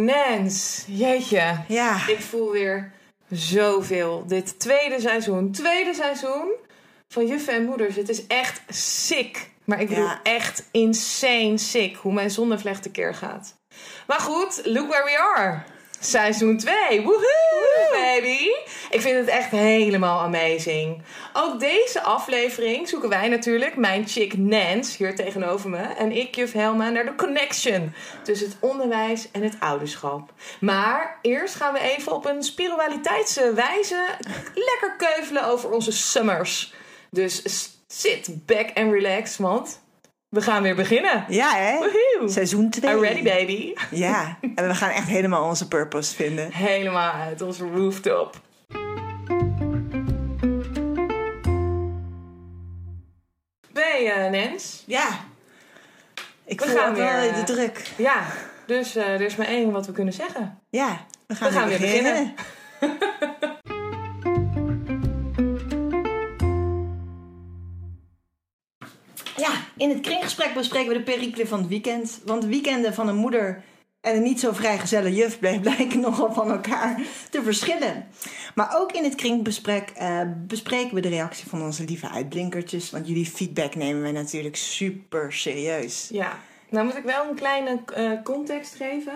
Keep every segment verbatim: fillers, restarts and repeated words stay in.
Nens, jeetje. Ja. Ik voel weer zoveel. Dit tweede seizoen. Tweede seizoen van Juffen en Moeders. Het is echt sick. Maar ik bedoel Ja. echt insane sick hoe mijn zonnevlecht tekeer gaat. Maar goed, look where we are. Seizoen twee. Woehoe, baby. Ik vind het echt helemaal amazing. Ook deze aflevering zoeken wij natuurlijk, mijn chick Nens hier tegenover me en ik, juf Helma, naar de connection tussen het onderwijs en het ouderschap. Maar eerst gaan we even op een spiritualiteitse wijze lekker keuvelen over onze summers. Dus sit back and relax, want we gaan weer beginnen. Ja, hè? Woehoe. Seizoen twee. I'm ready, baby. Ja, en we gaan echt helemaal onze purpose vinden. Helemaal uit onze rooftop. Ben je, Nens? Ja. Ik We voel gaan ook wel weer, de uh, druk. Ja, dus uh, er is maar één wat we kunnen zeggen. Ja, we gaan, we gaan weer beginnen. beginnen. Ja, in het kringgesprek bespreken we de perikelen van het weekend. Want weekenden van een moeder en een niet zo vrijgezelle juf blijken nogal van elkaar te verschillen. Maar ook in het kringgesprek uh, bespreken we de reactie van onze lieve uitblinkertjes. Want jullie feedback nemen wij natuurlijk super serieus. Ja, nou moet ik wel een kleine uh, context geven.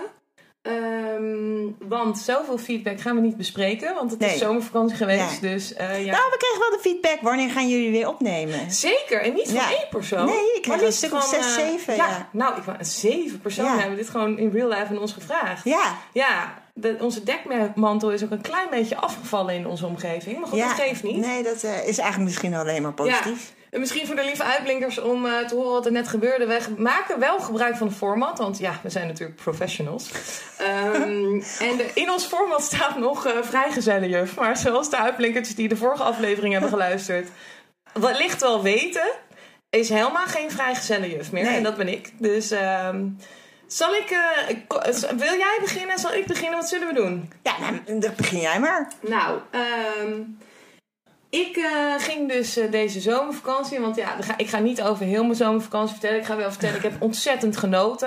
Um, want zoveel feedback gaan we niet bespreken. Want het nee. is zomervakantie geweest. Ja. Dus, uh, ja. Nou, we kregen wel de feedback. Wanneer gaan jullie weer opnemen? Zeker. En niet van ja. één persoon. Nee, ik kreeg een stuk of zes, zeven. Ja. ja. Nou, ik, zeven personen ja. hebben dit gewoon in real life aan ons gevraagd. Ja. Ja. De, onze dekmantel is ook een klein beetje afgevallen in onze omgeving. Maar goed, ja. dat geeft niet. Nee, dat uh, is eigenlijk misschien alleen maar positief. Ja. En misschien voor de lieve uitblinkers om uh, te horen wat er net gebeurde. We maken wel gebruik van de format. Want ja, we zijn natuurlijk professionals. um, en de, in ons format staat nog uh, vrijgezellenjuf. Maar zoals de uitblinkers die de vorige aflevering hebben geluisterd wellicht wel weten, is Helma geen vrijgezellenjuf meer. Nee. En dat ben ik. Dus um, zal ik... Uh, wil jij beginnen? Zal ik beginnen? Wat zullen we doen? Ja, nou, dan begin jij maar. Nou, um, ik uh, ging dus uh, deze zomervakantie, want ja, ik ga niet over heel mijn zomervakantie vertellen. Ik ga wel vertellen, ik heb ontzettend genoten.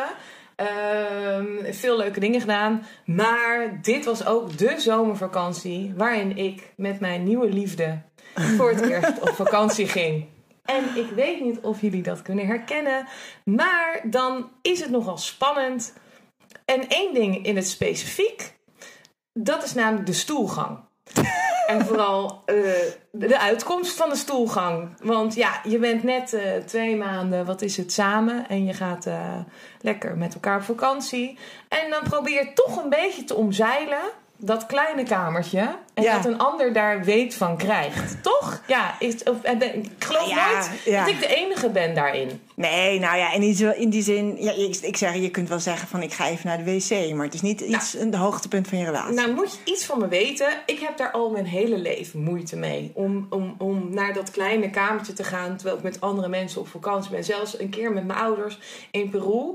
Uh, veel leuke dingen gedaan. Maar dit was ook de zomervakantie waarin ik met mijn nieuwe liefde voor het eerst op vakantie ging. En ik weet niet of jullie dat kunnen herkennen, maar dan is het nogal spannend. En één ding in het specifiek, dat is namelijk de stoelgang. En vooral uh, de uitkomst van de stoelgang. Want ja, je bent net uh, twee maanden, wat is het, samen. En je gaat uh, lekker met elkaar op vakantie. En dan probeer je toch een beetje te omzeilen dat kleine kamertje. En ja. dat een ander daar weet van krijgt. Toch? Ja, is, of, ik geloof ja, nooit ja. dat ik de enige ben daarin. Nee, nou ja, in die, in die zin... Ja, ik, ik zeg, je kunt wel zeggen van ik ga even naar de wc. Maar het is niet iets nou, een hoogtepunt van je relatie. Nou, moet je iets van me weten. Ik heb daar al mijn hele leven moeite mee. Om, om, om naar dat kleine kamertje te gaan. Terwijl ik met andere mensen op vakantie ben. Zelfs een keer met mijn ouders in Peru.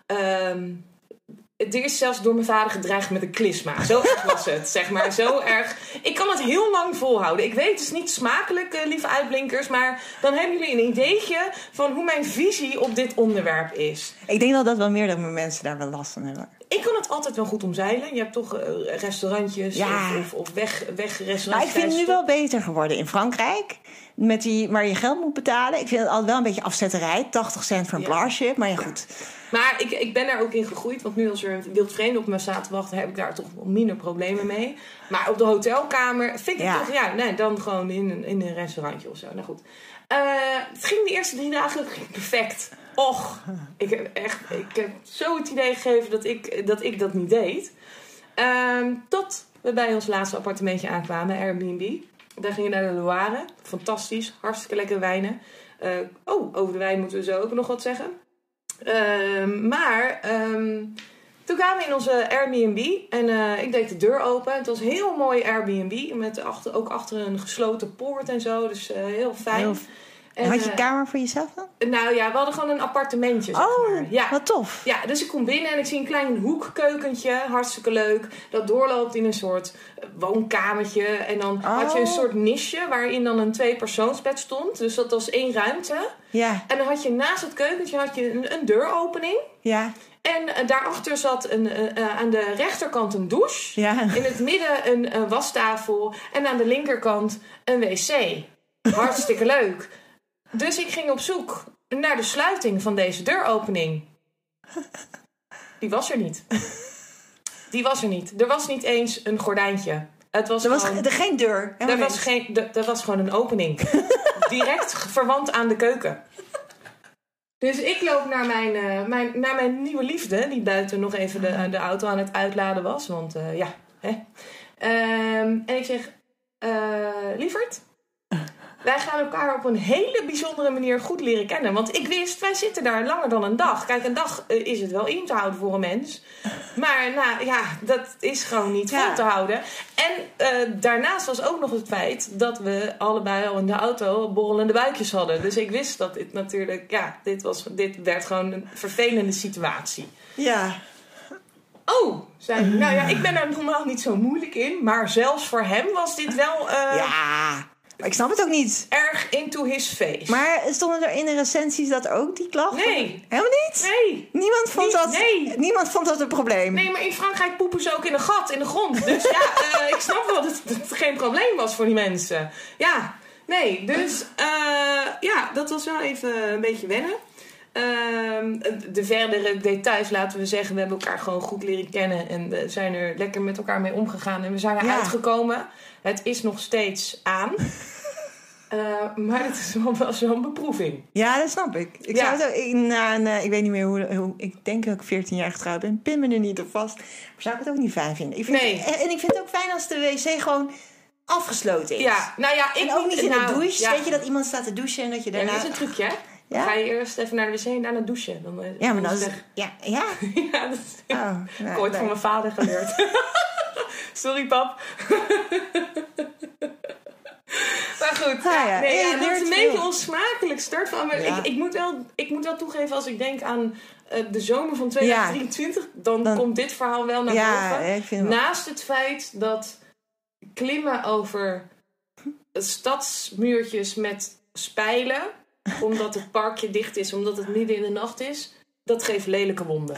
Um, Er is zelfs door mijn vader gedreigd met een klisma. Zo erg was het, zeg maar. Zo erg. Ik kan het heel lang volhouden. Ik weet, het is niet smakelijk, uh, lieve uitblinkers. Maar dan hebben jullie een ideetje van hoe mijn visie op dit onderwerp is. Ik denk wel dat wel meerdere mensen daar wel last van hebben. Ik kan het altijd wel goed omzeilen. Je hebt toch uh, restaurantjes ja. of, of, of weg, wegrestaurantjes. Nou, ik vind het nu wel beter geworden in Frankrijk. Met die, waar je geld moet betalen. Ik vind het altijd wel een beetje afzetterij. tachtig cent voor een ja. barship, maar ja goed. Maar ik, ik ben daar ook in gegroeid. Want nu als er een wildvreemde op me staat te wachten, heb ik daar toch minder problemen mee. Maar op de hotelkamer vind ik ja. toch, ja, nee, dan gewoon in een, in een restaurantje of zo. Nou goed. Uh, het ging de eerste drie dagen perfect. Och, ik heb echt, ik heb zo het idee gegeven dat ik dat, ik dat niet deed. Um, tot we bij ons laatste appartementje aankwamen, Airbnb. Daar gingen we naar de Loire. Fantastisch, hartstikke lekker wijnen. Uh, oh, over de wijn moeten we zo ook nog wat zeggen. Uh, maar um, toen kwamen we in onze Airbnb en uh, ik deed de deur open. Het was een heel mooi Airbnb, met achter, ook achter een gesloten poort en zo. Dus uh, heel fijn. Heel f- en had je uh, kamer voor jezelf dan? Nou ja, we hadden gewoon een appartementje, zeg oh, maar. Ja. Wat tof. Ja, dus ik kom binnen en ik zie een klein hoekkeukentje. Hartstikke leuk. Dat doorloopt in een soort woonkamertje. En dan oh. had je een soort niche waarin dan een tweepersoonsbed stond. Dus dat was één ruimte. Ja. En dan had je naast het keukentje had je een, een deuropening. Ja. En uh, daarachter zat een, uh, uh, aan de rechterkant een douche. Ja. In het midden een uh, wastafel. En aan de linkerkant een wc. Hartstikke leuk. Dus ik ging op zoek naar de sluiting van deze deuropening. Die was er niet. Die was er niet. Er was niet eens een gordijntje. Het was er was gewoon, er geen deur. Er was, geen, er, er was gewoon een opening. Direct verwant aan de keuken. Dus ik loop naar mijn, uh, mijn, naar mijn nieuwe liefde. Die buiten nog even de, de auto aan het uitladen was. Want uh, ja. Hè. Um, en ik zeg... Uh, lieverd... Wij gaan elkaar op een hele bijzondere manier goed leren kennen. Want ik wist, wij zitten daar langer dan een dag. Kijk, een dag uh, is het wel in te houden voor een mens. Maar nou ja, dat is gewoon niet vol ja. te houden. En uh, daarnaast was ook nog het feit dat we allebei al in de auto borrelende buikjes hadden. Dus ik wist dat dit natuurlijk, ja, dit, was, dit werd gewoon een vervelende situatie. Ja. Oh, zei hij. Nou ja, ik ben er normaal niet zo moeilijk in. Maar zelfs voor hem was dit wel... Uh, ja. Maar ik snap het ook niet. Erg into his face. Maar stonden er in de recensies dat ook, die klachten? Nee. Helemaal niet? Nee. Niemand vond, niet, dat, nee. niemand vond dat een probleem? Nee, maar in Frankrijk poepen ze ook in een gat in de grond. Dus ja, uh, ik snap wel dat het geen probleem was voor die mensen. Ja, nee. Dus uh, ja, dat was wel even een beetje wennen. Uh, de verdere details, laten we zeggen, we hebben elkaar gewoon goed leren kennen. En we zijn er lekker met elkaar mee omgegaan. En we zijn eruit ja. gekomen. Het is nog steeds aan. Uh, maar het is wel, wel zo'n beproeving. Ja, dat snap ik. Ik, ja. zou het ook, ik, na een, ik weet niet meer hoe, hoe... Ik denk dat ik veertien jaar getrouwd ben. Pin me er niet op vast. Maar zou ik het ook niet fijn vinden. Ik vind nee. het, en ik vind het ook fijn als de wc gewoon afgesloten is. Ja, nou ja, ik en ook niet in nou, de douche. Ja. Weet je dat iemand staat te douchen en dat je daarna... Ja, dat is een trucje, hè? Dan ja? ga je eerst even naar de wc en daarna douchen. Dan, ja, maar dan is... Ja, ja? ja, dat is... Oh, nou, ik heb ooit nee. van mijn vader geleerd. Sorry, pap. Maar goed, ah, ja. nee, ja, dat is een beetje veel. onsmakelijk start van. Maar ja. ik, ik, moet wel, ik moet wel toegeven, als ik denk aan uh, de zomer van tweeduizend drieëntwintig, ja. dan, dan komt dit verhaal wel naar ja, boven. Ik vind Naast het feit dat klimmen over stadsmuurtjes met spijlen, omdat het parkje dicht is, omdat het midden in de nacht is, dat geeft lelijke wonden.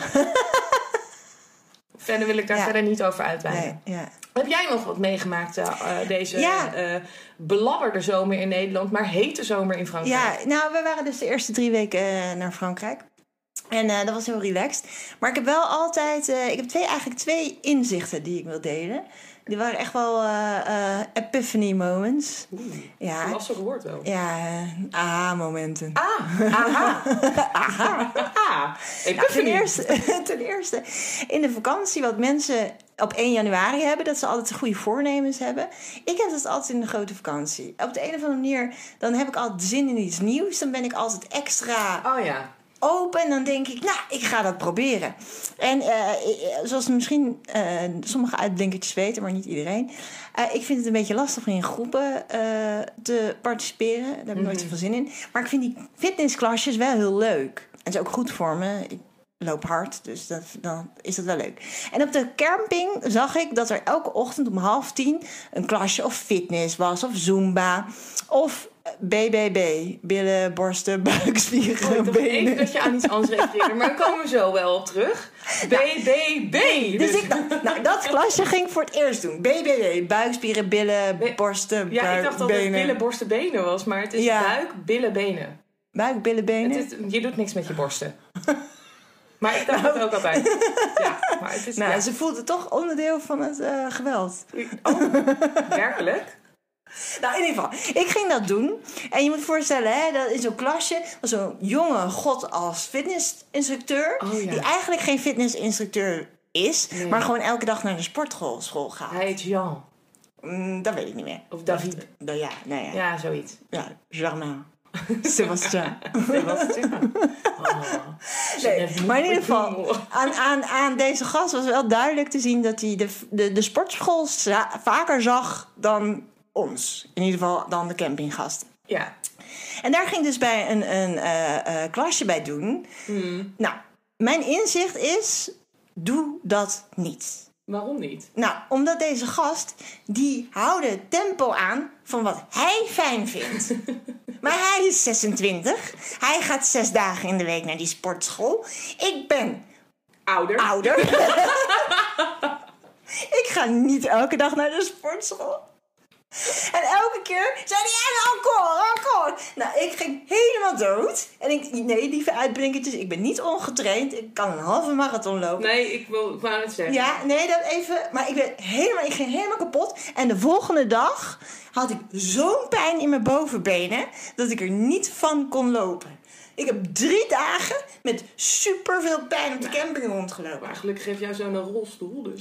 Verder wil ik daar ja. verder niet over uitweiden. Nee, ja. Heb jij nog wat meegemaakt uh, deze ja. uh, belabberde zomer in Nederland, maar hete zomer in Frankrijk? Ja, nou, we waren dus de eerste drie weken uh, naar Frankrijk. En uh, dat was heel relaxed. Maar ik heb wel altijd... Uh, ik heb twee, eigenlijk twee inzichten die ik wil delen. Die waren echt wel uh, uh, epiphany moments. Oeh, ja. Een lastig woord wel. Ja, uh, aha-momenten. Ah, aha. aha. aha. Nou, ten, eerste, ten eerste, in de vakantie wat mensen op één januari hebben, dat ze altijd goede voornemens hebben. Ik heb dat altijd in de grote vakantie. Op de een of andere manier, dan heb ik altijd zin in iets nieuws. Dan ben ik altijd extra... Oh ja. open en dan denk ik, nou, ik ga dat proberen. En uh, zoals misschien uh, sommige uitblinkertjes weten, maar niet iedereen. Uh, ik vind het een beetje lastig om in groepen uh, te participeren. Daar heb ik mm-hmm. nooit zoveel zin in. Maar ik vind die fitnessklasjes wel heel leuk. En ze ook goed voor me. Ik loop hard, dus dat, dan is dat wel leuk. En op de camping zag ik dat er elke ochtend om half tien een klasje of fitness was, of Zumba, of B B B, billen, borsten, buikspieren, oh, ik dacht benen. even dat je aan iets anders refereerde, maar daar komen we zo wel op terug. B B B. Nou, dus ik dacht, nou, dat klasje ging ik voor het eerst doen. B B B, buikspieren, billen, Be- borsten, ja, buik, ik dacht dat benen. het billen, borsten, benen was, maar het is ja. buik, billen, benen. Buik, billen, benen? Het is, je doet niks met je borsten. Maar ik dacht nou, het ook altijd. Ja, maar het is, nou, ja. ze voelde toch onderdeel van het uh, geweld. Oh, werkelijk? Nou, in ieder geval, ik ging dat doen. En je moet je voorstellen, hè, dat in zo'n klasje was zo'n jonge god als fitnessinstructeur. Oh, ja. Die eigenlijk geen fitnessinstructeur is, nee. maar gewoon elke dag naar de sportschool school gaat. Hij heet Jean. Mm, dat weet ik niet meer. Of David. Dat, ja, nou ja. Ja, zoiets. Ja, Germain. Sébastien. Sébastien. Oh, nee, maar in ieder geval, aan, aan, aan deze gast was wel duidelijk te zien dat hij de, de, de sportschool za- vaker zag dan ons. In ieder geval dan de campinggasten. Ja. En daar ging dus bij een, een uh, uh, klasje bij doen. Hmm. Nou, mijn inzicht is, doe dat niet. Waarom niet? Nou, omdat deze gast, die houdt het tempo aan van wat hij fijn vindt. Maar hij is zesentwintig. Hij gaat zes dagen in de week naar die sportschool. Ik ben Ouder. Ouder. Ik ga niet elke dag naar de sportschool. En elke keer zei hij, ja, encore, encore. Nou, ik ging helemaal dood. En ik, nee, lieve uitblinkertjes, ik ben niet ongetraind. Ik kan een halve marathon lopen. Nee, ik, wil, ik wou het zeggen. Ja, nee, dat even. Maar ik, ben helemaal, ik ging helemaal kapot. En de volgende dag had ik zo'n pijn in mijn bovenbenen dat ik er niet van kon lopen. Ik heb drie dagen met superveel pijn op de camping rondgelopen. Maar gelukkig geeft jou zo'n rolstoel, dus.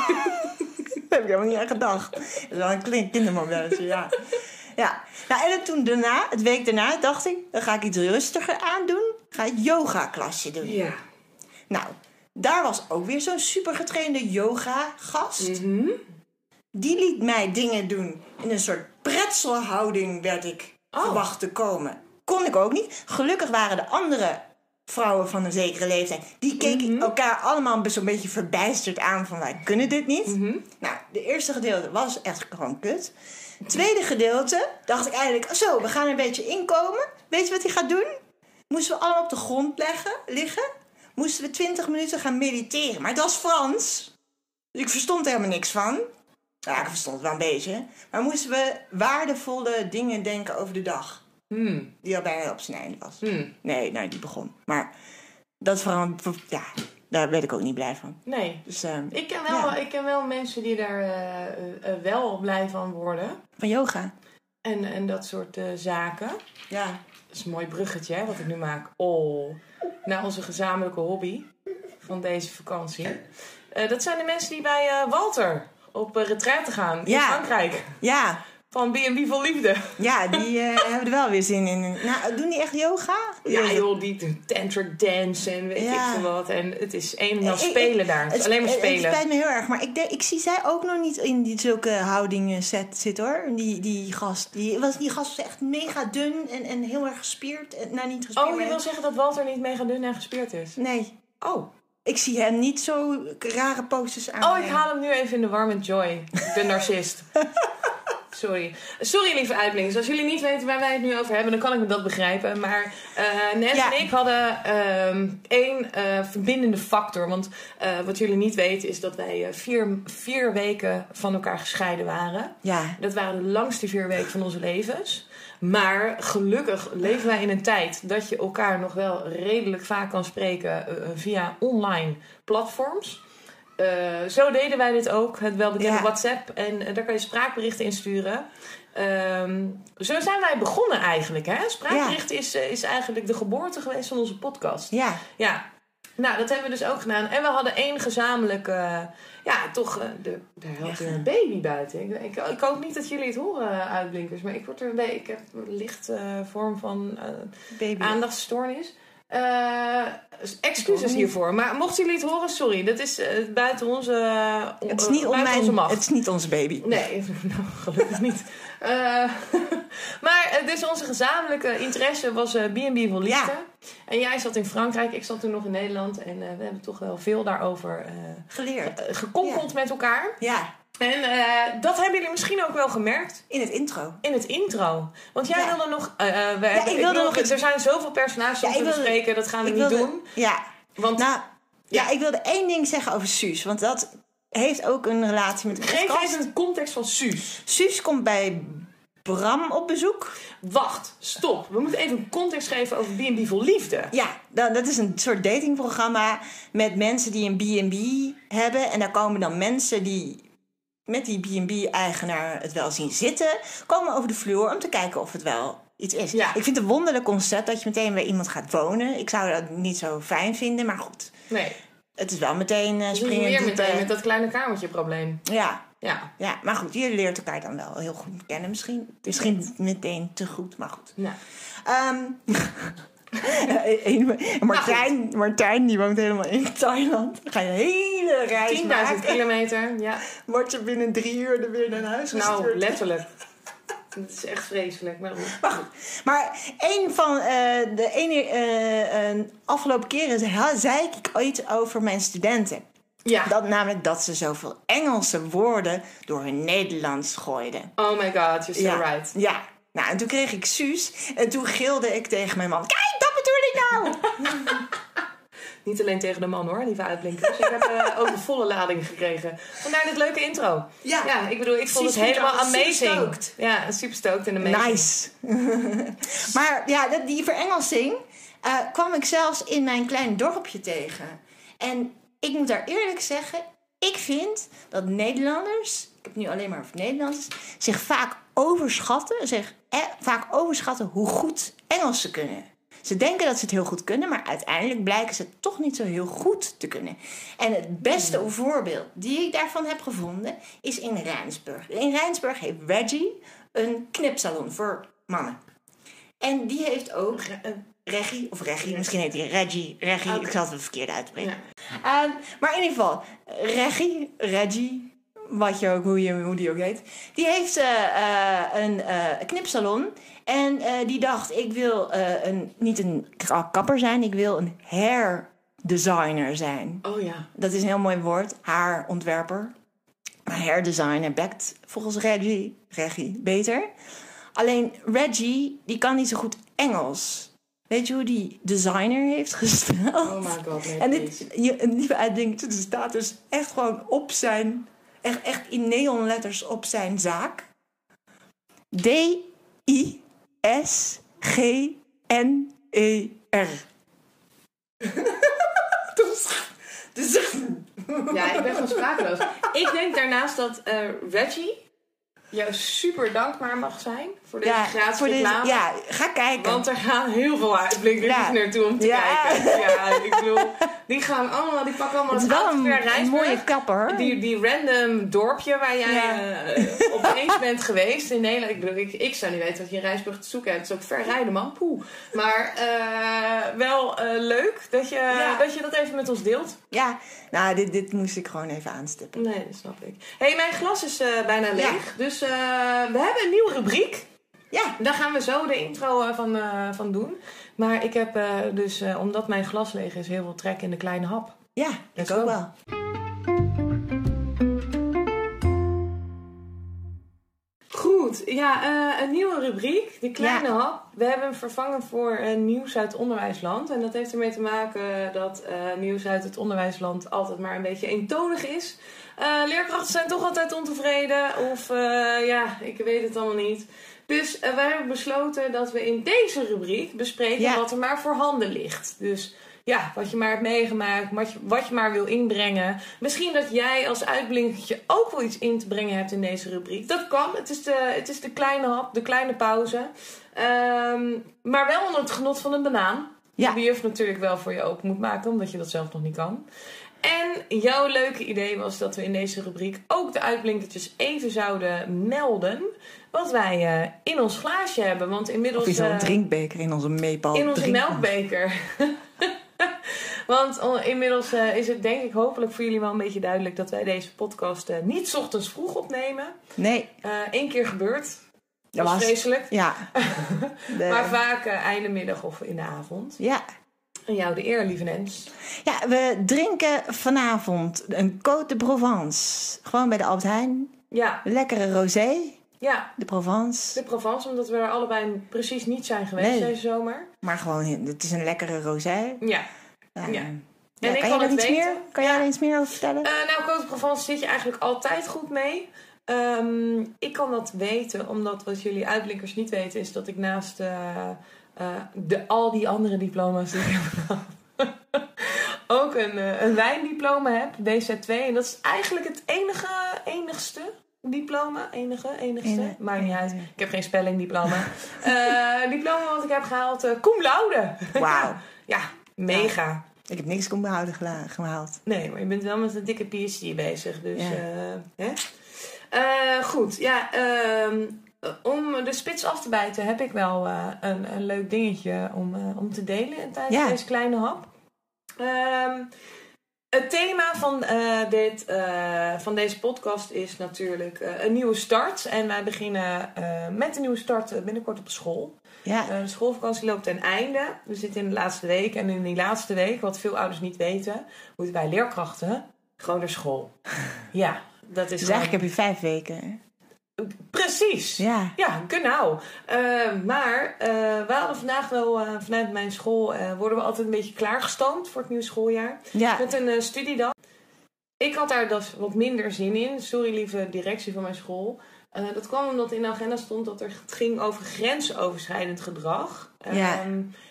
Daar heb ik helemaal niet aan gedacht. Dat is wel een klein kindermomentje, ja. Ja. Nou, en toen daarna, het week daarna, dacht ik, dan ga ik iets rustiger aandoen. Ga ik yoga-klasje doen. Ja. Nou, daar was ook weer zo'n supergetrainde yoga-gast. Mm-hmm. Die liet mij dingen doen. In een soort pretzelhouding werd ik Oh. verwacht te komen. Kon ik ook niet. Gelukkig waren de andere vrouwen van een zekere leeftijd. Die keken Mm-hmm. elkaar allemaal zo'n beetje verbijsterd aan van wij kunnen dit niet. Mm-hmm. Nou, de eerste gedeelte was echt gewoon kut. Het tweede gedeelte dacht ik eigenlijk, zo, we gaan er een beetje inkomen. Weet je wat hij gaat doen? Moesten we allemaal op de grond leggen, liggen. Moesten we twintig minuten gaan mediteren. Maar het was Frans. Dus ik verstond er helemaal niks van. Ja, ik verstond het wel een beetje. Maar moesten we waardevolle dingen denken over de dag. Hmm. Die al bijna op zijn einde was. Hmm. Nee, nou, die begon. Maar dat vooral, ja, daar werd ik ook niet blij van. Nee. Dus, uh, Ik ken, wel, ja. ik ken wel mensen die daar uh, uh, wel blij van worden. Van yoga. En, en dat soort uh, zaken. Ja. Dat is een mooi bruggetje, hè, wat ik nu maak. Oh. Naar onze gezamenlijke hobby van deze vakantie. Uh, dat zijn de mensen die bij uh, Walter op uh, retraite gaan in Ja. Frankrijk. Ja. Van B en B Vol Liefde. Ja, die uh, hebben er wel weer zin in. Nou, doen die echt yoga? Ja joh, die doen tantric dance en weet Ja. ik veel wat. En het is een en al Ik- spelen ik- daar. Het is Het, alleen maar het, het spelen. spijt me heel erg, maar ik, denk, ik zie zij ook nog niet in die, zulke houdingen zet, zitten hoor. Die, die gast. Die, was, die gast was echt mega dun en, en heel erg gespierd. En, nou, niet gespierd. Oh, je maar- wil zeggen dat Walter niet mega dun en gespierd is? Nee. Oh. Ik zie hem niet zo rare posters aan. Oh, ik haal hem nu even in de warm and joy. De narcist. Sorry. Sorry, lieve uitblinkers. Als jullie niet weten waar wij het nu over hebben, dan kan ik me dat begrijpen. Maar uh, Nens Ja. en ik hadden uh, één uh, verbindende factor. Want uh, wat jullie niet weten is dat wij uh, vier, vier weken van elkaar gescheiden waren. Ja. Dat waren de langste vier weken van onze levens. Maar gelukkig leven wij in een tijd dat je elkaar nog wel redelijk vaak kan spreken uh, via online platforms. Uh, zo deden wij dit ook, het welbekende Ja. WhatsApp. En uh, daar kan je spraakberichten in sturen. Um, zo zijn wij begonnen eigenlijk. Hè? Spraakberichten is, uh, is eigenlijk de geboorte geweest van onze podcast. Ja. Ja. Nou, dat hebben we dus ook gedaan. En we hadden één gezamenlijke... Uh, ja, toch... Uh, de, daar had weer een baby buiten. Ik, ik, ik hoop niet dat jullie het horen, uh, uitblinkers. Maar ik, word er een beetje, ik heb een licht uh, vorm van uh, Baby. aandachtstoornis. Uh, excuses hiervoor. Maar mochten jullie het horen, sorry. Dat is uh, buiten onze uh, Het is niet, uh, on buiten mijn, onze macht. het is niet onze baby. Nee, nou, gelukkig niet. Uh, maar uh, dus onze gezamenlijke interesse was uh, B en B Vol Liefde. Ja. En jij zat in Frankrijk, ik zat toen nog in Nederland. En uh, we hebben toch wel veel daarover uh, Geleerd. uh, gekonkeld ja. met elkaar. Ja. En uh, dat hebben jullie misschien ook wel gemerkt. In het intro. In het intro. Want jij Ja. wilde nog... Uh, we Ja, hebben, ik wilde wil, nog iets- Er zijn zoveel personages Ja, om ik te wilde- bespreken. Dat gaan we ik niet wilde- doen. Ja. Want Nou, ja. Ja. ik wilde één ding zeggen over Suus. Want dat heeft ook een relatie met de geef podcast. even een context van Suus. Suus komt bij Bram op bezoek. Wacht, stop. We moeten even een context geven over B en B Vol Liefde. Ja, dat, dat is een soort datingprogramma met mensen die een B en B hebben. En daar komen dan mensen die met die B en B-eigenaar het wel zien zitten, komen over de vloer om te kijken of het wel iets is. Ja. Ik vind het een wonderlijk concept dat je meteen bij iemand gaat wonen. Ik zou dat niet zo fijn vinden, maar goed. Nee. Het is wel meteen uh, Dus springen. weer diepe- meteen met dat kleine kamertje probleem. Ja, Ja. ja, maar goed, je leert elkaar dan wel heel goed kennen misschien. Misschien meteen te goed, maar goed. Nou. Um, Martijn, Martijn, die woont helemaal in Thailand. Dan ga je een hele reis tienduizend maken. kilometer, ja. Word je binnen drie uur er weer naar huis gestuurd. Nou, letterlijk. Dat is echt vreselijk. Maar goed. Maar goed. Maar een van uh, de ene uh, uh, afgelopen keren ha- zei ik ooit over mijn studenten. Ja. Dat, namelijk dat ze zoveel Engelse woorden door hun Nederlands gooiden. Oh my god, you're so ja. right. Ja. Nou, en toen kreeg ik Suus. En toen gilde ik tegen mijn man. Kijk, dat bedoel ik nou! Niet alleen tegen de man hoor, lieve uitblinkers. Ik heb uh, ook de volle lading gekregen. Vandaar dit leuke intro. Ja, ja ik bedoel, ik vond het helemaal amazing. Ja, super stoked en amazing. Nice. Maar ja, die verengelsing uh, kwam ik zelfs in mijn klein dorpje tegen. En ik moet daar eerlijk zeggen, ik vind dat Nederlanders, ik heb het nu alleen maar over Nederlanders, zich vaak overschatten, zich eh, vaak overschatten hoe goed Engels ze kunnen. Ze denken dat ze het heel goed kunnen, maar uiteindelijk blijken ze het toch niet zo heel goed te kunnen. En het beste mm. voorbeeld die ik daarvan heb gevonden is in Rijnsburg. In Rijnsburg heeft Reggie een knipsalon voor mannen. En die heeft ook een Reggie, of Reggie, misschien heet hij Reggie, Reggie, okay. Ik zal het het verkeerd uitspreken. Ja. Um, maar in ieder geval, Reggie, Reggie, wat je ook, hoe, je, hoe die ook heet, die heeft uh, uh, een uh, knipsalon. En uh, die dacht, ik wil uh, een, niet een kapper zijn, ik wil een hair designer zijn. Oh ja. Dat is een heel mooi woord, haarontwerper. Maar hair designer bekt volgens Reggie, Reggie beter. Alleen Reggie, die kan niet zo goed Engels. Weet je hoe die designer heeft gesteld? Oh my god, nee, en dit, je, een lieve uitding, er staat dus echt gewoon op zijn, echt, echt in neonletters op zijn zaak. D I S G N E R. dus, dus, ja, ik ben gewoon sprakeloos. Ik denk daarnaast dat uh, Reggie jou super dankbaar mag zijn voor deze ja, gratis voor reclame. Deze, ja, ga kijken. Want er gaan heel veel uitblinkers ja. naartoe om te ja. kijken. Ja, ik bedoel, die gaan allemaal, die pakken allemaal het is wel een, een mooie kapper. Die, die random dorpje waar jij ja. uh, opeens bent geweest in Nederland. Ik bedoel, ik, ik zou niet weten wat je in Rijnsburg te zoeken hebt. Het is ook ver rijden, man. Poeh. Maar uh, wel uh, leuk dat je, ja. dat je dat even met ons deelt. Ja, nou, dit, dit moest ik gewoon even aanstippen. Nee, dat snap ik. Hé, hey, mijn glas is uh, bijna leeg. Ja. Dus uh, we hebben een nieuwe rubriek. Ja. Daar gaan we zo de intro van, uh, van doen. Maar ik heb uh, dus, uh, omdat mijn glas leeg is, heel veel trek in de kleine hap. Ja, ik ook wel. Goed, ja, uh, een nieuwe rubriek, de kleine ja. hap. We hebben hem vervangen voor uh, nieuws uit het onderwijsland. En dat heeft ermee te maken dat uh, nieuws uit het onderwijsland altijd maar een beetje eentonig is. Uh, leerkrachten zijn toch altijd ontevreden of uh, ja, ik weet het allemaal niet. Dus uh, wij hebben besloten dat we in deze rubriek bespreken ja. wat er maar voorhanden ligt. Dus ja, wat je maar hebt meegemaakt, wat je, wat je maar wil inbrengen. Misschien dat jij als uitblinkertje ook wel iets in te brengen hebt in deze rubriek. Dat kan, het is de, het is de kleine hap, de kleine pauze. Um, maar wel onder het genot van een banaan. Ja. Die de juf natuurlijk wel voor je open moet maken, omdat je dat zelf nog niet kan. En jouw leuke idee was dat we in deze rubriek ook de uitblinkertjes even zouden melden wat wij uh, in ons glaasje hebben. Want inmiddels... Of in zo'n uh, drinkbeker, in onze meepal. In onze melkbeker. Want uh, inmiddels uh, is het denk ik hopelijk voor jullie wel een beetje duidelijk dat wij deze podcast uh, niet 's ochtends vroeg opnemen. Nee. Eén uh, keer gebeurd. Dat, dat was vreselijk. Ja. De... maar vaak uh, einde middag of in de avond. Ja. En jou de eer, lieve Nens. Ja, we drinken vanavond een Côte de Provence. Gewoon bij de Albert Heijn. Ja. Lekkere rosé. Ja. De Provence. De Provence, omdat we er allebei precies niet zijn geweest nee. deze zomer. Maar gewoon, het is een lekkere rosé. Ja. Uh, ja. Ja, en ik kan kan je er iets weten. meer? Kan jij er iets meer over vertellen? Uh, nou, Côte de Provence zit je eigenlijk altijd goed mee. Um, ik kan dat weten, omdat wat jullie uitblinkers niet weten is dat ik naast uh, uh, de, al die andere diploma's die ik heb gehad, ook een, uh, een wijndiploma heb, D Z twee. En dat is eigenlijk het enige, enigste diploma, enige, enigste, Ene, maakt niet uit. Ik heb geen spellingdiploma. uh, diploma wat ik heb gehaald, uh, cum laude. Wauw. Ja, mega. Ja. Ik heb niks cum laude gehaald. Nee, maar je bent wel met een dikke P H D bezig, dus... Ja. Uh, hè? Uh, goed, ja, uh, om de spits af te bijten heb ik wel uh, een, een leuk dingetje om, uh, om te delen tijdens ja. deze kleine hap. Uh, het thema van, uh, dit, uh, van deze podcast is natuurlijk uh, een nieuwe start. En wij beginnen uh, met een nieuwe start binnenkort op school. Ja. Uh, de schoolvakantie loopt ten einde. We zitten in de laatste week. En in die laatste week, wat veel ouders niet weten, moeten wij leerkrachten gewoon naar school. Ja. Dat is dus gewoon... eigenlijk heb je vijf weken. Precies. precies. Ja, Ja, genau. Uh, maar uh, we hadden vandaag wel, uh, vanuit mijn school, uh, worden we altijd een beetje klaargestoomd voor het nieuwe schooljaar. ja. Met een uh, studiedag. Ik had daar dus wat minder zin in. Sorry, lieve directie van mijn school. Uh, dat kwam omdat in de agenda stond dat er, het ging over grensoverschrijdend gedrag. Uh, Ja.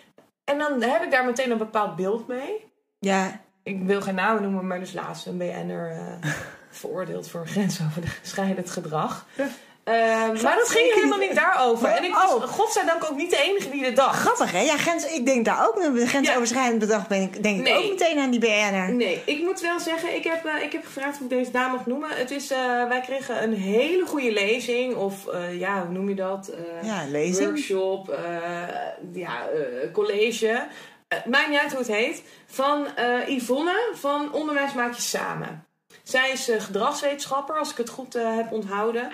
En dan heb ik daar meteen een bepaald beeld mee. ja. Ik wil geen namen noemen, maar dus laatst een B N'er uh, veroordeeld voor grensoverschrijdend gedrag. Ja. Uh, maar dat ging helemaal niet daarover. En ik was, oh. godzijdank, ook niet de enige die dit dacht. Grappig, hè? Ja, grens, ik denk daar ook, met grensoverschrijdend bedrag ben ik, denk Nee. ik ook meteen aan die B N'er. Nee, ik moet wel zeggen, ik heb, uh, ik heb gevraagd of ik deze dame mag noemen. Het is, uh, wij kregen een hele goede lezing, of uh, ja, hoe noem je dat? Uh, Ja, lezing. Workshop, uh, ja, uh, college. Uh, maakt niet uit hoe het heet. Van uh, Yvonne van Onderwijs Maak Je Samen. Zij is uh, gedragswetenschapper, als ik het goed uh, heb onthouden.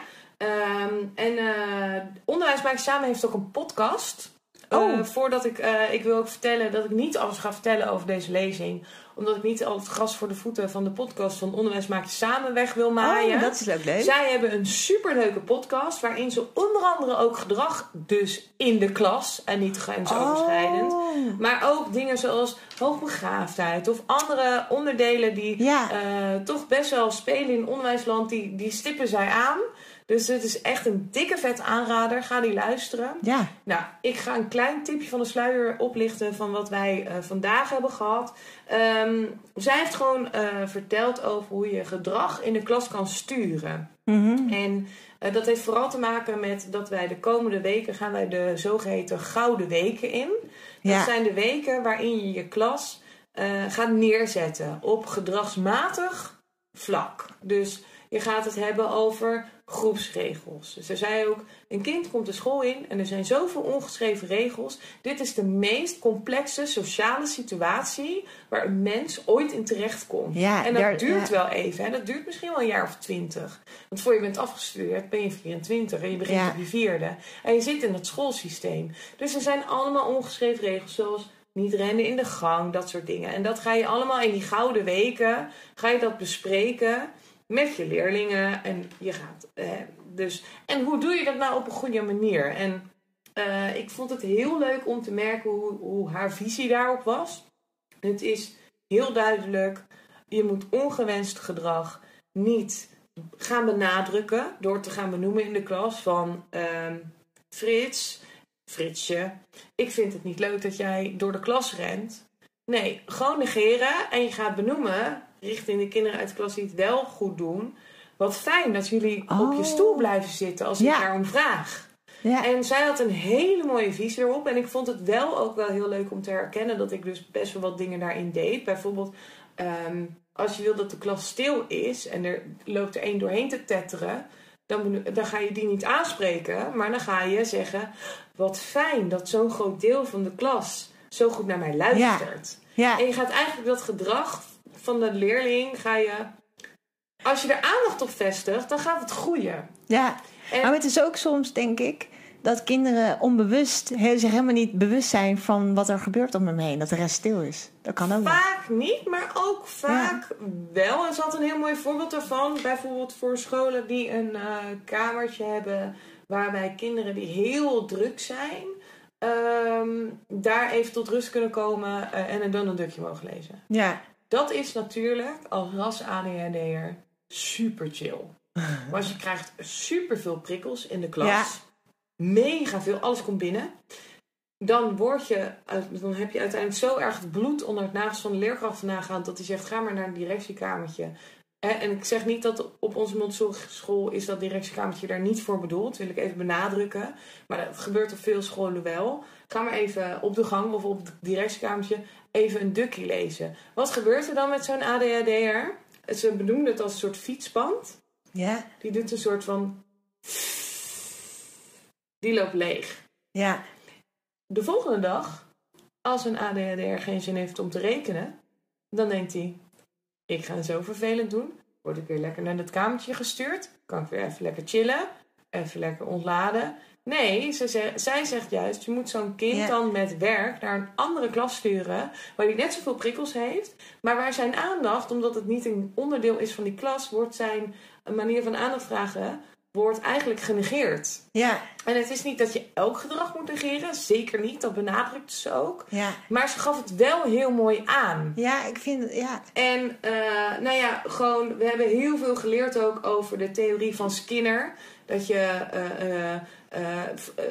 Um, en uh, Onderwijs Maak Je Samen heeft ook een podcast. Oh. Uh, voordat ik, uh, ik wil ook vertellen dat ik niet alles ga vertellen over deze lezing. Omdat ik niet al het gras voor de voeten van de podcast van Onderwijs Maak Je Samen weg wil maaien. Oh, dat is ook leuk. Zij hebben een superleuke podcast waarin ze onder andere ook gedrag dus in de klas en niet grensoverschrijdend. Oh. Maar ook dingen zoals hoogbegaafdheid of andere onderdelen die Ja. uh, toch best wel spelen in onderwijsland, die, die stippen zij aan. Dus het is echt een dikke vet aanrader. Ga die luisteren. Ja. Nou, ik ga een klein tipje van de sluier oplichten van wat wij uh, vandaag hebben gehad. Um, zij heeft gewoon uh, verteld over hoe je gedrag in de klas kan sturen. Mm-hmm. En uh, dat heeft vooral te maken met dat wij de komende weken gaan wij de zogeheten gouden weken in. Dat Ja. zijn de weken waarin je je klas uh, gaat neerzetten op gedragsmatig vlak. Dus je gaat het hebben over groepsregels. Dus er zei ook, een kind komt de school in en er zijn zoveel ongeschreven regels. Dit is de meest complexe sociale situatie waar een mens ooit in terecht komt. Ja, en dat daar, duurt ja. wel even. Hè? Dat duurt misschien wel een jaar of twintig. Want voor je bent afgestudeerd ben je vierentwintig en je begint Ja. op je vierde. En je zit in het schoolsysteem. Dus er zijn allemaal ongeschreven regels zoals niet rennen in de gang, dat soort dingen. En dat ga je allemaal in die gouden weken, ga je dat bespreken met je leerlingen. En je gaat eh, dus. En hoe doe je dat nou op een goede manier? En uh, ik vond het heel leuk om te merken hoe, hoe haar visie daarop was. Het is heel duidelijk. Je moet ongewenst gedrag niet gaan benadrukken door te gaan benoemen in de klas van uh, Frits, Fritsje, ik vind het niet leuk dat jij door de klas rent. Nee, gewoon negeren en je gaat benoemen richting de kinderen uit de klas die het wel goed doen. Wat fijn dat jullie Oh. op je stoel blijven zitten als ik Ja. daarom vraag. Ja. En zij had een hele mooie visie erop. En ik vond het wel ook wel heel leuk om te herkennen dat ik dus best wel wat dingen daarin deed. Bijvoorbeeld, um, als je wil dat de klas stil is en er loopt er één doorheen te tetteren, dan, dan ga je die niet aanspreken. Maar dan ga je zeggen, wat fijn dat zo'n groot deel van de klas zo goed naar mij luistert. Ja. En je gaat eigenlijk dat gedrag van de leerling, ga je, als je er aandacht op vestigt, dan gaat het groeien. Ja. En Maar het is ook soms, denk ik, dat kinderen onbewust he- zich helemaal niet bewust zijn van wat er gebeurt om hem heen. Dat de rest stil is. Dat kan ook nog. vaak niet, maar ook vaak wel. En ze had een heel mooi voorbeeld daarvan. Bijvoorbeeld voor scholen die een uh, kamertje hebben waarbij kinderen die heel druk zijn, um, daar even tot rust kunnen komen uh, en een Donald Duckje mogen lezen. Ja. Dat is natuurlijk als ras A D H D'er super chill. Want je krijgt super veel prikkels in de klas. Ja. Mega veel, alles komt binnen. Dan, word je, dan heb je uiteindelijk zo erg het bloed onder het nagels van de leerkracht vandaan gehaald dat hij zegt, ga maar naar een directiekamertje. En ik zeg niet dat op onze Montessori school is dat directiekamertje daar niet voor bedoeld. Dat wil ik even benadrukken. Maar dat gebeurt op veel scholen wel. Ga maar even op de gang of op het directiekamertje even een dukkie lezen. Wat gebeurt er dan met zo'n A D H D'er? Ze benoemden het als een soort fietsband. Ja. Die doet een soort van, die loopt leeg. Ja. De volgende dag, als een A D H D'er geen zin heeft om te rekenen, dan denkt hij, ik ga zo vervelend doen. Word ik weer lekker naar het kamertje gestuurd. Kan ik weer even lekker chillen. Even lekker ontladen. Nee, ze zeg, zij zegt juist, je moet zo'n kind Ja. dan met werk naar een andere klas sturen, waar hij net zoveel prikkels heeft, maar waar zijn aandacht, omdat het niet een onderdeel is van die klas, wordt zijn manier van aandacht vragen wordt eigenlijk genegeerd. Ja. En het is niet dat je elk gedrag moet negeren. Zeker niet, dat benadrukt ze ook. Ja. Maar ze gaf het wel heel mooi aan. Ja, ik vind het, ja. En uh, nou ja, gewoon, we hebben heel veel geleerd ook over de theorie van Skinner. Dat je uh, uh, uh,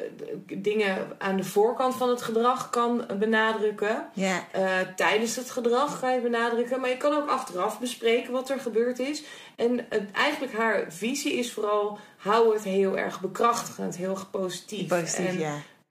uh, dingen aan de voorkant van het gedrag kan benadrukken. Ja. Uh, tijdens het gedrag kan je benadrukken. Maar je kan ook achteraf bespreken wat er gebeurd is. En uh, eigenlijk haar visie is vooral, hou het heel erg bekrachtigend, heel erg positief. Positief, en, ja.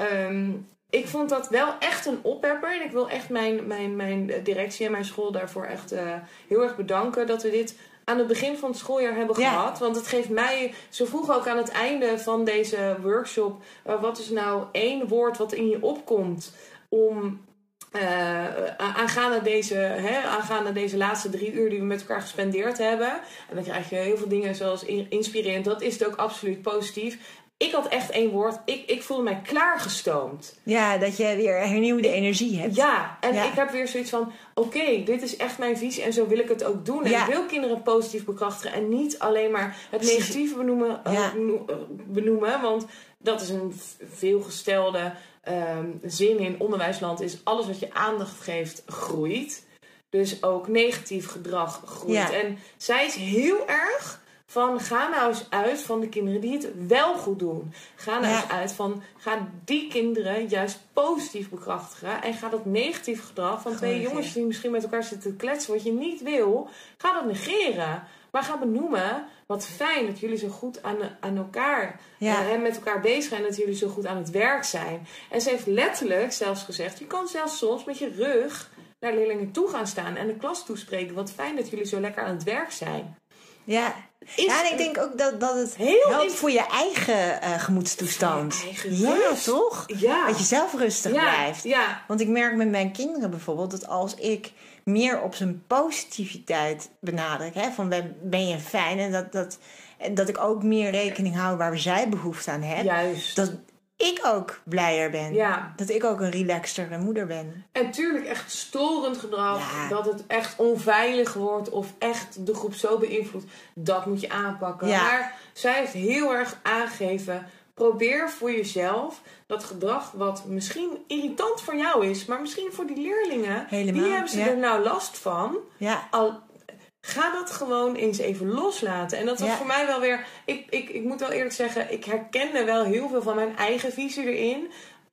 Um, ik vond dat wel echt een oppepper. En ik wil echt mijn, mijn, mijn directie en mijn school daarvoor echt uh, heel erg bedanken. Dat we dit aan het begin van het schooljaar hebben ja. gehad. Want het geeft mij... Ze vroegen ook aan het einde van deze workshop... Uh, wat is nou één woord wat in je opkomt om... Uh, aangaande, deze, hè, aangaande deze laatste drie uur die we met elkaar gespendeerd hebben. En dan krijg je heel veel dingen zoals inspirerend. Dat is het ook absoluut positief. Ik had echt één woord. Ik, ik voelde mij klaargestoomd. Ja, dat je weer hernieuwde energie hebt. Ja, en ja. ik heb weer zoiets van... Oké, okay, dit is echt mijn visie en zo wil ik het ook doen. En ja. ik wil kinderen positief bekrachtigen. En niet alleen maar het negatieve benoemen. Ja. Uh, benoemen want dat is een veelgestelde um, zin in onderwijsland. Is alles wat je aandacht geeft, groeit. Dus ook negatief gedrag groeit. Ja. En zij is heel erg... Van ga nou eens uit van de kinderen die het wel goed doen. Ga nou ja. eens uit van ga die kinderen juist positief bekrachtigen. En ga dat negatief gedrag van twee Goed, jongens ja. die misschien met elkaar zitten te kletsen wat je niet wil. Ga dat negeren. Maar ga benoemen wat fijn dat jullie zo goed aan, aan elkaar ja. uh, met elkaar bezig zijn. Dat jullie zo goed aan het werk zijn. En ze heeft letterlijk zelfs gezegd. Je kan zelfs soms met je rug naar leerlingen toe gaan staan. En de klas toespreken. Wat fijn dat jullie zo lekker aan het werk zijn. Ja. Is ja, en ik denk ook dat, dat het heel helpt in... voor je eigen uh, gemoedstoestand. Je eigen ja, rust. toch? Ja. Dat je zelf rustig ja. blijft. Ja. Want ik merk met mijn kinderen bijvoorbeeld dat als ik meer op zijn positiviteit benadruk, hè, van ben, ben je fijn en dat, dat, en dat ik ook meer rekening hou waar zij behoefte aan hebben. Juist. Dat ik ook blijer ben. Ja. Dat ik ook een relaxtere moeder ben. En tuurlijk echt storend gedrag. Ja. Dat het echt onveilig wordt. Of echt de groep zo beïnvloedt. Dat moet je aanpakken. Ja. Maar zij heeft heel erg aangegeven. Probeer voor jezelf dat gedrag wat misschien irritant voor jou is. Maar misschien voor die leerlingen. Helemaal, Wie hebben ze ja. er nou last van? Ja. Al... Ga dat gewoon eens even loslaten. En dat was ja. voor mij wel weer... Ik, ik, ik moet wel eerlijk zeggen... Ik herkende wel heel veel van mijn eigen visie erin.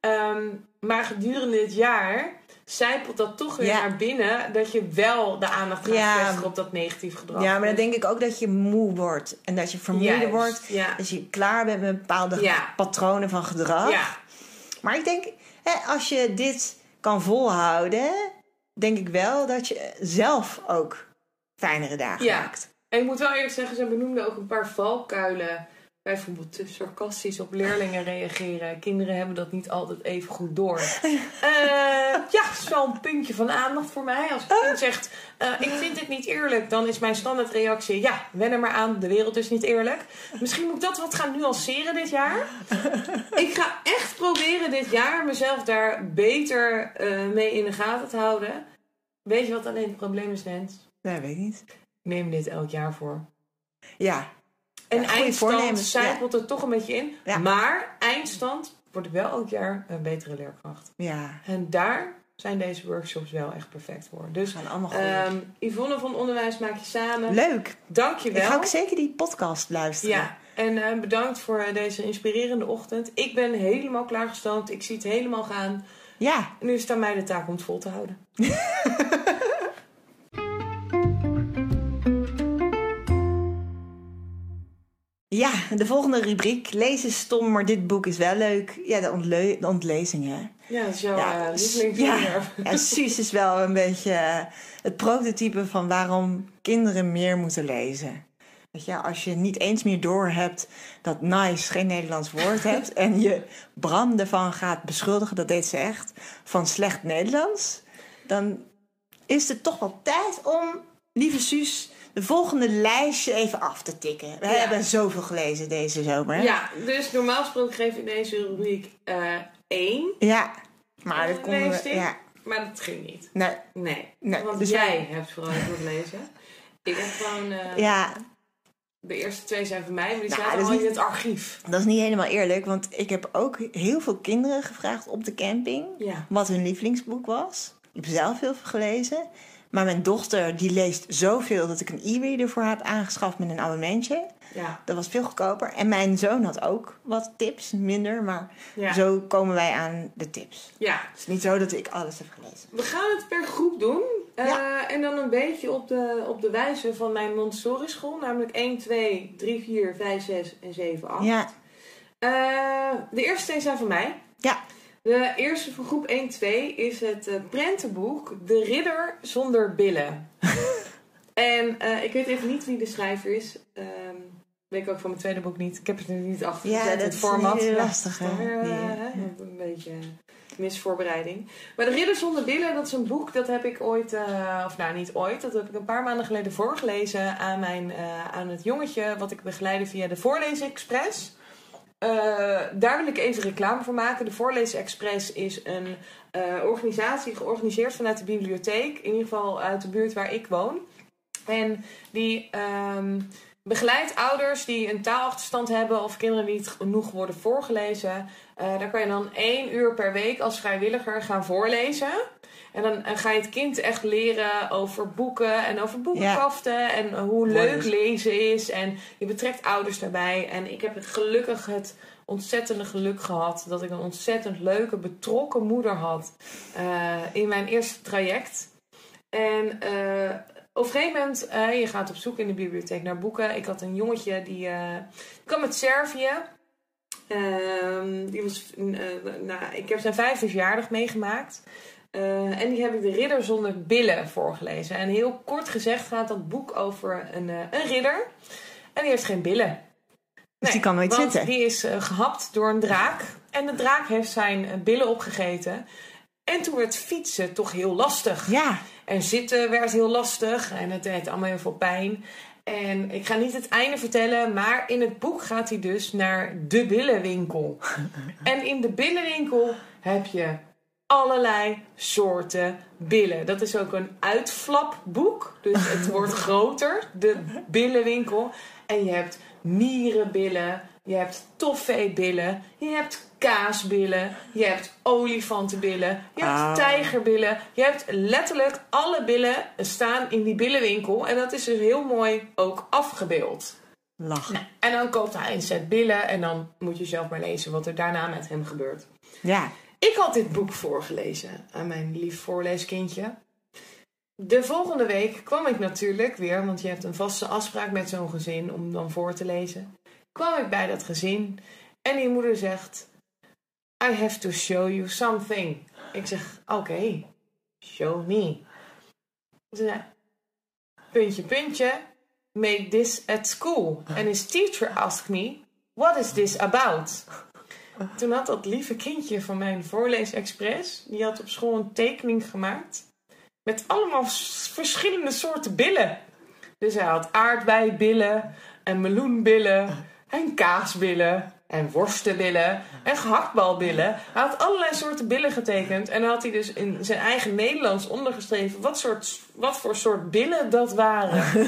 Um, maar gedurende dit jaar... zijpelt dat toch weer ja. naar binnen... dat je wel de aandacht gaat ja. vestigen op dat negatief gedrag. Ja, maar dan denk ik ook dat je moe wordt. En dat je vermoeider Juist, wordt. Ja. Dat je klaar bent met bepaalde Ja. patronen van gedrag. Ja. Maar ik denk... Hè, als je dit kan volhouden... denk ik wel dat je zelf ook... fijnere dagen Ja. maakt. En ik moet wel eerlijk zeggen, ze benoemden ook een paar valkuilen. Bijvoorbeeld te sarcastisch op leerlingen reageren. Kinderen hebben dat niet altijd even goed door. Uh, ja, dat is wel een puntje van aandacht voor mij. Als een kind zegt, uh, ik vind het niet eerlijk, dan is mijn standaardreactie, ja, wen er maar aan, de wereld is niet eerlijk. Misschien moet ik dat wat gaan nuanceren dit jaar. Ik ga echt proberen dit jaar mezelf daar beter uh, mee in de gaten te houden. Weet je wat alleen het probleem is, Nens? Nee, weet ik niet. Ik neem dit elk jaar voor. Ja. En ja, eindstand zijpelt ja. er toch een beetje in. Ja. Maar eindstand wordt wel elk jaar een betere leerkracht. Ja. En daar zijn deze workshops wel echt perfect voor. Dus gaan allemaal goed. Um, Yvonne van Onderwijs Maak Je Samen. Leuk. Dank je wel. Ik ga ook zeker die podcast luisteren. Ja. En uh, bedankt voor deze inspirerende ochtend. Ik ben helemaal klaargestoomd. Ik zie het helemaal gaan. Ja. Nu is het aan mij de taak om het vol te houden. Ja, de volgende rubriek. Lezen is stom, maar dit boek is wel leuk. Ja, de, ontle- de ontlezingen. Ja, dat is jouw ja, uh, lievelingsonderwerp. Ja, ja, Suus is wel een beetje uh, het prototype van waarom kinderen meer moeten lezen. Weet je, als je niet eens meer doorhebt dat nice geen Nederlands woord hebt... en je Bram ervan gaat beschuldigen, dat deed ze echt, van slecht Nederlands... dan is het toch wel tijd om, lieve Suus... de volgende lijstje even af te tikken. We ja. hebben zoveel gelezen deze zomer. Hè? Ja, dus normaal gesproken geef ik in deze rubriek uh, één. Ja, maar dat konden we... Ja. Maar dat ging niet. Nee. Nee, nee. want dus jij wij... hebt vooral goed lezen. Ik heb gewoon... Uh... Ja, De eerste twee zijn van mij, maar die Nou, zaten dat al is in niet- het archief. Dat is niet helemaal eerlijk, want ik heb ook heel veel kinderen gevraagd op de camping Ja. wat hun lievelingsboek was. Ik heb zelf heel veel gelezen. Maar mijn dochter die leest zoveel dat ik een e-reader voor haar heb aangeschaft met een abonnementje. Ja. Dat was veel goedkoper. En mijn zoon had ook wat tips, minder. Maar Ja. zo komen wij aan de tips. ja. Het is niet zo dat ik alles heb gelezen. We gaan het per groep doen. Uh, Ja. En dan een beetje op de, op de wijze van mijn Montessori school. Namelijk één, twee, drie, vier, vijf, zes en zeven, acht. Ja, Uh, de eerste twee zijn van mij. ja. De eerste van groep één twee is het uh, prentenboek De Ridder zonder billen. En uh, ik weet even niet wie de schrijver is. Um, weet ik ook van mijn tweede boek niet. Ik heb het er niet achter Ja, gezet. dat Het is format. een hele Ja, lastige. uh, Die, hè, een beetje misvoorbereiding. Maar De Ridder zonder billen, dat is een boek. Dat heb ik ooit, uh, of nou niet ooit. Dat heb ik een paar maanden geleden voorgelezen aan, mijn, uh, aan het jongetje. Wat ik begeleide via de Voorleesexpress. Uh, daar wil ik even reclame voor maken. De Voorleesexpress is een uh, organisatie georganiseerd vanuit de bibliotheek. In ieder geval uit de buurt waar ik woon. En die um, begeleidt ouders die een taalachterstand hebben of kinderen die niet genoeg worden voorgelezen. Uh, daar kan je dan één uur per week als vrijwilliger gaan voorlezen. En dan uh, ga je het kind echt leren over boeken en over boekenkaften. Ja. En hoe leuk lezen is. En je betrekt ouders daarbij. En ik heb gelukkig het ontzettende geluk gehad dat ik een ontzettend leuke, betrokken moeder had uh, in mijn eerste traject. En uh, op een gegeven moment, uh, je gaat op zoek in de bibliotheek naar boeken. Ik had een jongetje die uh, kwam uit Servië. Uh, die was, uh, nou, ik heb zijn vijfde verjaardag meegemaakt. Uh, en die heb ik De Ridder zonder billen voorgelezen. En heel kort gezegd gaat dat boek over een, uh, een ridder. En die heeft geen billen. Dus Nee, die kan nooit want zitten. Die is uh, gehapt door een draak. En de draak heeft zijn uh, billen opgegeten. En toen werd fietsen toch heel lastig. Ja. En zitten werd heel lastig. En het deed allemaal heel veel pijn. En ik ga niet het einde vertellen. Maar in het boek gaat hij dus naar de billenwinkel. En in de billenwinkel heb je allerlei soorten billen. Dat is ook een uitflapboek. Dus het wordt groter. De billenwinkel. En je hebt mierenbillen. Je hebt toffeebillen. Je hebt kaasbillen. Je hebt olifantenbillen. Je hebt Ah. tijgerbillen. Je hebt letterlijk alle billen staan in die billenwinkel. En dat is dus heel mooi ook afgebeeld. Lachen. Nou, en dan koopt hij een set billen. En dan moet je zelf maar lezen wat er daarna met hem gebeurt. Ja. Ik had dit boek voorgelezen aan mijn lief voorleeskindje. De volgende week kwam ik natuurlijk weer, want je hebt een vaste afspraak met zo'n gezin om dan voor te lezen. Kwam ik bij dat gezin en die moeder zegt: I have to show you something. Ik zeg: oké, okay, show me. Ze zei: puntje, puntje, made this at school. And his teacher asked me, what is this about? Toen had dat lieve kindje van mijn voorleesexpress, die had op school een tekening gemaakt met allemaal verschillende soorten billen. Dus hij had aardbeibillen en meloenbillen en kaasbillen en worstenbillen en gehaktbalbillen. Hij had allerlei soorten billen getekend en dan had hij dus in zijn eigen Nederlands ondergeschreven wat, soort, wat voor soort billen dat waren.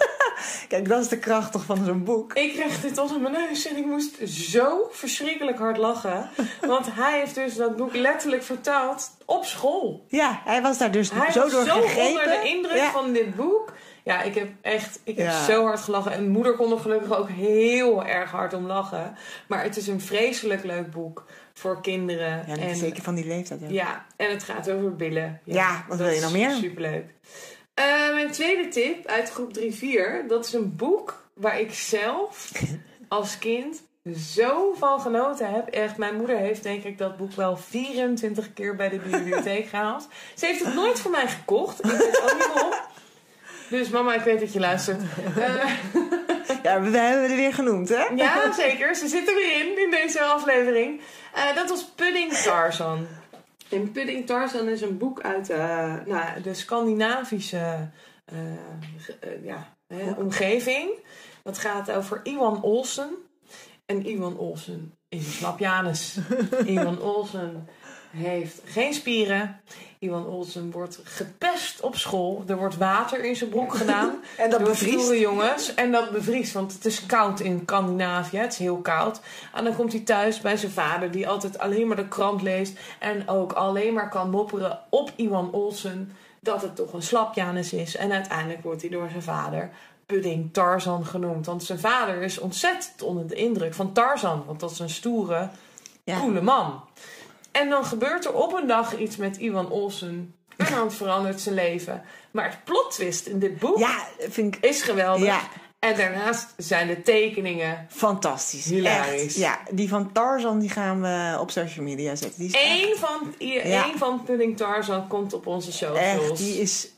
Kijk, dat is de kracht toch van zo'n boek. Ik kreeg dit onder mijn neus en ik moest zo verschrikkelijk hard lachen. Want hij heeft dus dat boek letterlijk vertaald op school. Ja, hij was daar dus hij zo was door zo gegrepen. onder de indruk ja. van dit boek. Ja, ik heb echt ik heb Ja. zo hard gelachen. En moeder kon er gelukkig ook heel erg hard om lachen. Maar het is een vreselijk leuk boek voor kinderen. Ja, en, zeker van die leeftijd. Ook. ja, en het gaat over billen. Ja, Ja, wat wil je nog meer? Superleuk. Uh, mijn tweede tip uit groep drie vier. Dat is een boek waar ik zelf als kind zo van genoten heb. Echt, mijn moeder heeft denk ik dat boek wel vierentwintig keer bij de bibliotheek gehaald. Ze heeft het nooit voor mij gekocht. Ik weet ook niet waarom. Dus mama, ik weet dat je luistert. Uh, ja, we hebben het er weer genoemd, hè? ja, zeker. Ze zit er weer in, in deze aflevering. Uh, dat was Pudding Tarzan. En Pudding Tarzan is een boek uit uh, nou, de Scandinavische uh, uh, ja, hè, omgeving. Dat gaat over Iwan Olsen. En Iwan Olsen is een slapjanus. Iwan Olsen heeft geen spieren. Iwan Olsen wordt gepest op school. Er wordt water in zijn broek gedaan. En dat door bevriest. stoere jongens. En dat bevriest, want het is koud in Scandinavië. Het is heel koud. En dan komt hij thuis bij zijn vader, die altijd alleen maar de krant leest. En ook alleen maar kan mopperen op Iwan Olsen dat het toch een slapjanus is. En uiteindelijk wordt hij door zijn vader Pudding Tarzan genoemd. Want zijn vader is ontzettend onder de indruk van Tarzan. Want dat is een stoere, Ja. coole man. En dan gebeurt er op een dag iets met Iwan Olsen. En dan verandert zijn leven. Maar het plot twist in dit boek Ja, vind ik is geweldig. Ja. En daarnaast zijn de tekeningen fantastisch. hilarisch. Echt. Ja, die van Tarzan die gaan we op social media zetten. Die is Eén echt, van, Ja. één van Pudding Tarzan komt op onze socials. echt, die is